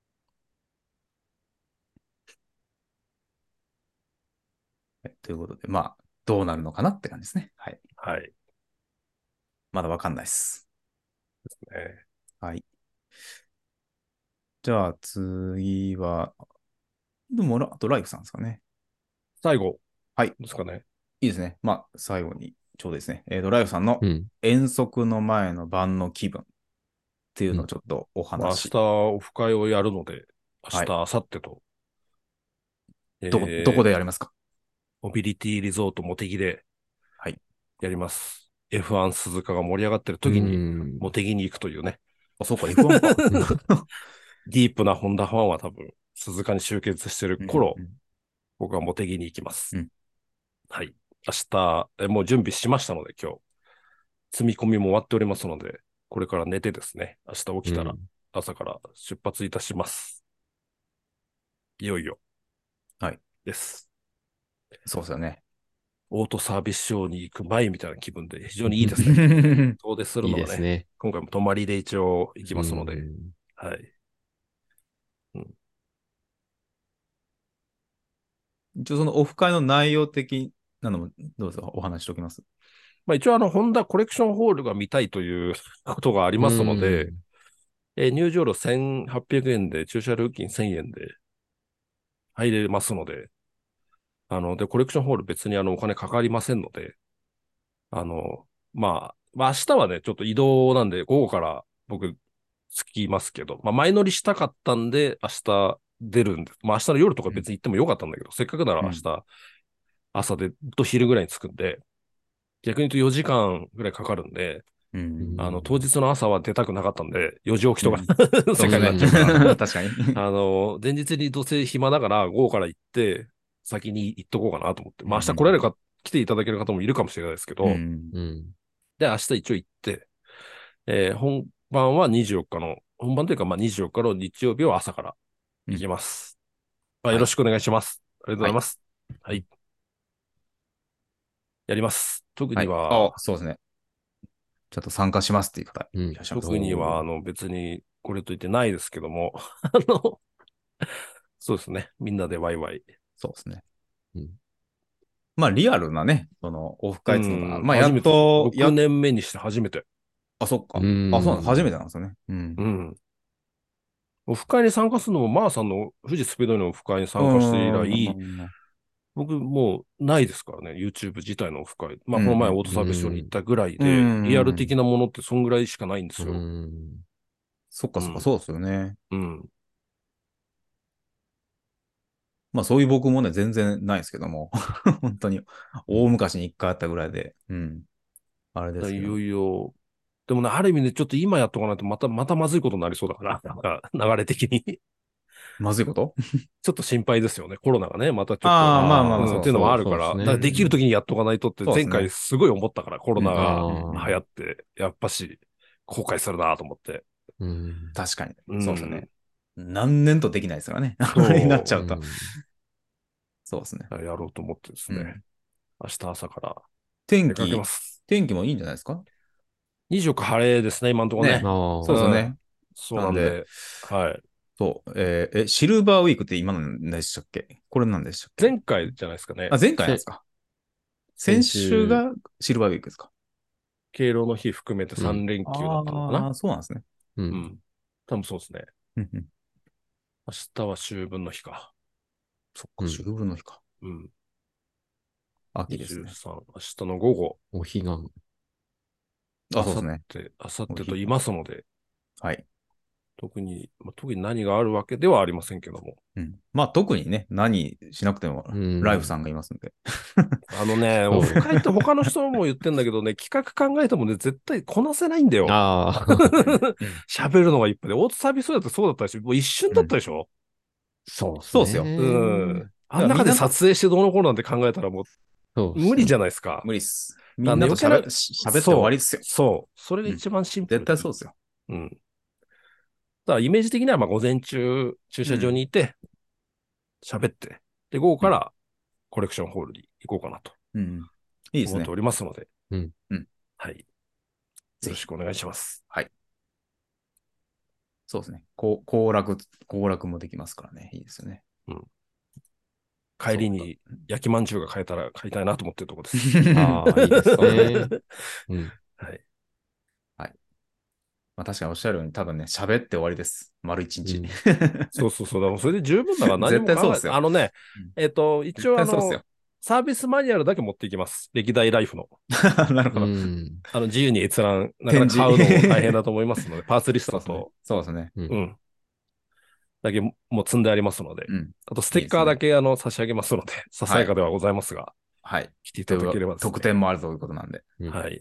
ということで、まあ、どうなるのかなって感じですね。はい。 う。はい。 まだわかんないです。 ね、 はい。じゃあ次は、でも、あとライフさんですかね。 最後はい。 ですかね。 いいですね。まあ、最後に、ちょうどですね。えっ、と、ライフさんのうん。 遠足の前の晩の気分っていううん。 のをちょっとおまあ、明話。 日オフ会をやるので、明日、 はい。 明後日と、 どこ、どこえー、 でやりますか？ モビリティリゾートモテギではい。 やります。エフワン 鈴鹿が盛り上がってるう時に、モん。 テギに行くというね。 あ、そうか、エフワン か。 うん。 ディープなホンダファンは多分、鈴鹿に集結してるうん、 頃、 うん、 僕はモテギに行きます。 うん。 はい。明日、えもう準備しましたので、今日。積み込みも終わっておりますので、これから寝てですね、明日起きたらうん朝から出発いたします。いよいよはい。 です。 そうですよね。 オートサービスショーに行く前みたいな気分で非常にいいですね。遠出するいいのはね、 ですね。 今回も泊まりで一応行きうますので、 ん。 はい。うん、 一応そのオフ会の内容的なのもどうぞお話しておきます。 まあ一応あの、ホンダコレクションホールが見たいということがありうますので、 ん。 えー入場料せんはっぴゃくえんで、駐車料金せんえんで入れますので、あの、で、コレクションホール別にあの、お金かかりませんので、あの、まあ、まあ明日はね、ちょっと移動なんで、午後から僕、着きますけど、まあ前乗りしたかったんで、明日出るんで、まあ明日の夜とか別に行ってもよかったんだけど、せっかくならうん。 明日、朝で、と昼ぐらいに着くんで、逆に言うとよじかんぐらいかかるんで、 うん。 あの、当日の朝は出たくなかったんで、よじ起きとかうん。 世界になっそうですね。 ちゃうから。 確かに。 あの、前日にどうせ暇だから午後から行って、先に行っとこうかなと思って。まあ明日来られるか、来ていただける方もいるかもしれないですけど、 うん。 うん。 で、明日一応行って、えー本番はにじゅうよっかの、本番というかまあにじゅうよっかの日曜日は朝から行きうん。 ます。まあ、よはい。 ろしくお願いします。ありがとうごはい。 ざいます。はい。やります。特はい。あ、 には、 そうですね。 ちょっと参加しますっていう方うんいらっしゃいます。 特には、あの、別にこれといってないですけども、あの、そうですね。みんなでワイワイ。 そうですね。 うんまあ、リアルなね、その、オフう会っていうのが、 ん、 まあ、やっ初めてですよ。 と、や 6 っ、 年目にして初めて。 あ、そっか。 うあ、そうなんです。初めん。 てなんですよね。うん。 うん。オフ会に参加するのも、マーさんの富士スピードのオフ会にう参加して以ー来、 ん。 僕もうないですからね。YouTube 自体のオフ会。まあ、 うんこの前うんオートサービスショーに行ったぐらいうで、リアルん。 的なものってそんぐらいしかないんでうすよ。 ん。 そっかそっか、 うん。 そうですよね。 うん。 まあそういう僕もね、全然ないですけども。本当に、大昔に一回あったぐらいで、うん。あれですけど。 だいよいよ、でもね、ある意味でちょっと今やっとかないとまた、またまずいことになりそうだから、なんか流れ的にまずいことちょっと心配ですよね。コロナがね、またちょっと、 ああ、まあまあまあ、 うん、 ああ、 っていうのもそうそう。 そう、 あるから、 そうですだからできるね。 時にやっとかないとって前回そうですね。 すごい思ったから、コロうんうんナがうんうん。 流行って、やっぱし後悔するなと思って。 うん。 確かに。 うん。 そうですね。何年とできないですからね。あれになっちゃそうと。 うん。 そうですね。 う、やろうと思ってですね。 うん。 明日朝から出かけま天気、 す。 天気もいいんじゃないですかにじゅうよっか晴れですね、今のところね。 ね。 ああ、 そうですよね。 うん。そうなんで、 なんで、はい。 そう、えーえ、シルバーウィークって今の何でしたっけ？これ何でしたっけ？ 前回じゃないですかね。 あ、前回なんでせ、 すか？先先週週、 がシルバーウィークですか？ 敬老の日含めてうん。 さん連休だったのかな。 ああー、そうなんですね。 うん。 うん。多分そうですね。 うんうん。 明日は秋分の日か。 そっか、秋うん。 分の日か。 うん。 秋ですね。 にじゅうさん、明日の午後、 お彼岸。 あ、 明後そうですね。 日、明後お日。 日と言いますので、 はい。 特に、まあ、特に何があるわけではありませんけども。 うん。まあ、特にね、何しなくても、 うライフさん。 んがいますんで。 あのね、オフそう。 会って他の人も言ってんだけどね、企画考えてもね、絶対こなせないんだよ。 ああ、 うん喋るのがいっぱいで、オートサービスそうだったらそうだったし、もう一瞬うん。 だったでしょ？ そうですそうっすよ。 うね。 ん。あんだからみんなと、 中で撮影してどうのこうのなんて考えたらもう無理じゃそうですね。 ないですか。 無理っす。みだからね、 んなと余計な、 喋、し喋って終わりそう、 っすよ。 そう。それがうん。 一番シンプ絶ルでいい。 対そうっすよ。 うん。だからイメージ的には、まあ、午前中、駐車場うん。 にいて、喋って、で、午後うん。 からコレクションホールに行こうかなとうん。いいですね。 思っておりますので、 うん。 うん。 はい。よぜひ。 ろしくお願いします。 はい。そうですね。こう、行楽、行楽もできますからね。いいですよね。 うん。帰そうか。 りに焼きまんじゅうが買えたら買いたいなと思ってるところです。 ああ、いいですね。うん。 はい。 はい。まあ確かにおっしゃるように多分ね、喋って終わりです。丸一日。 うん。 そうそうそう。だからそれで十分だから何絶も考えて、 対そうっすよ。 あのね、 うんえっと、一絶応あの、 対そうっすよ。 サービスマニュアルだけ持っていきます。歴代ライフの。 うなるほど。 ん。 あの、自由に閲覧、なかな展示。 か買うのも大変だと思いますので、パーツリスそうですね。 トと、 そうですね。 うん。 うん、だけもう積んでありますので、 うん。 あとステッいいですね。 カーだけあの差し上げますので、ささはい。 やかではございますが、 はい。 来ていただというければですね。 特典もあるということなんで。 うん。 はい。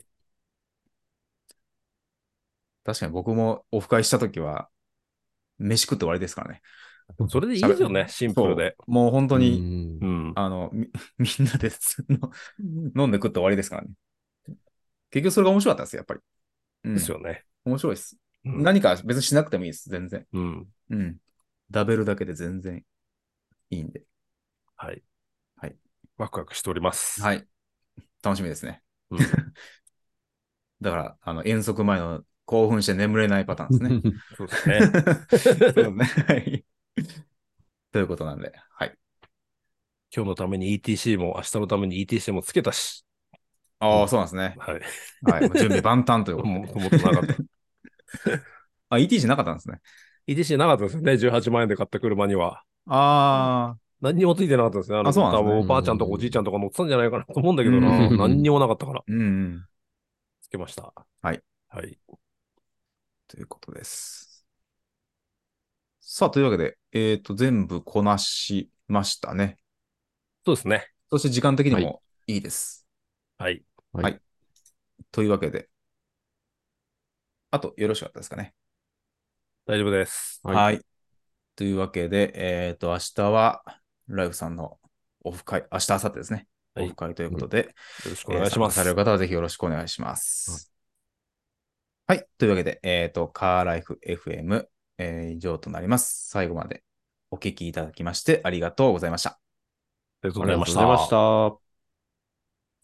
確かに僕もオフ会したときは、飯食って終わりですからね。 それでいいしゃべ、 ですよね、シンプルそで。 う。もう本当うに、 うん。 ん。 あの、み、みんなでの飲んで食って終わりですからね。結局それが面白かったです、やっぱり。うん。 ですよね。 面白いです。 うん。 何か別にしなくてもいいです、全然。 うん。 うん。食べるだけで全然いいんで。 はい。 はい。 ワクワクしております。 はい。楽しみですね。 うん。 だから、あの、遠足前の興奮して眠れないパターンですね。 そうですね。 そうですね。はい。ということなんで、はい。 今日のために イーティーシー も、明日のために イーティーシー もつけたし。 ああ、そうなんですね。 はい。 はい。もう準備万端ということで。 もっともっとなかった。 あ、イーティーシー なかったんですね。 イーティーシー なかったですよね。じゅうはちまん円で買った車には。 あ何にもついてなかったですね。ああ、あ、 の、多分そうなんですね。 おばあちゃんとかおじいちゃんとか乗ってたんじゃないかなと思うんだけうどな。 ん。 何にもなかったから。 うん。 つけました。 はい。 はい。 ということです。さあ、というわけで、えっと、全部こなしましたね。 そうですね。 そして時間的にはい。 もいいです。 はい。 はい。 はい。というわけで、あとよろしかったですかね。 大丈夫です。 はい。 はい。というわけで、えっと、明日は、ライフさんのオフ会、明日、明後日ですね。 はい。よオフ会というこうん。 とで、 ろしくおえー願いします。 参加される方はぜひよろしくお願いしまあす。はい。というわけで、えっと、カーライフ エフエム、えー以上となります。最後までお聞きいただきましてありがとうございました。 ありがとうございましありがとうございました。 た。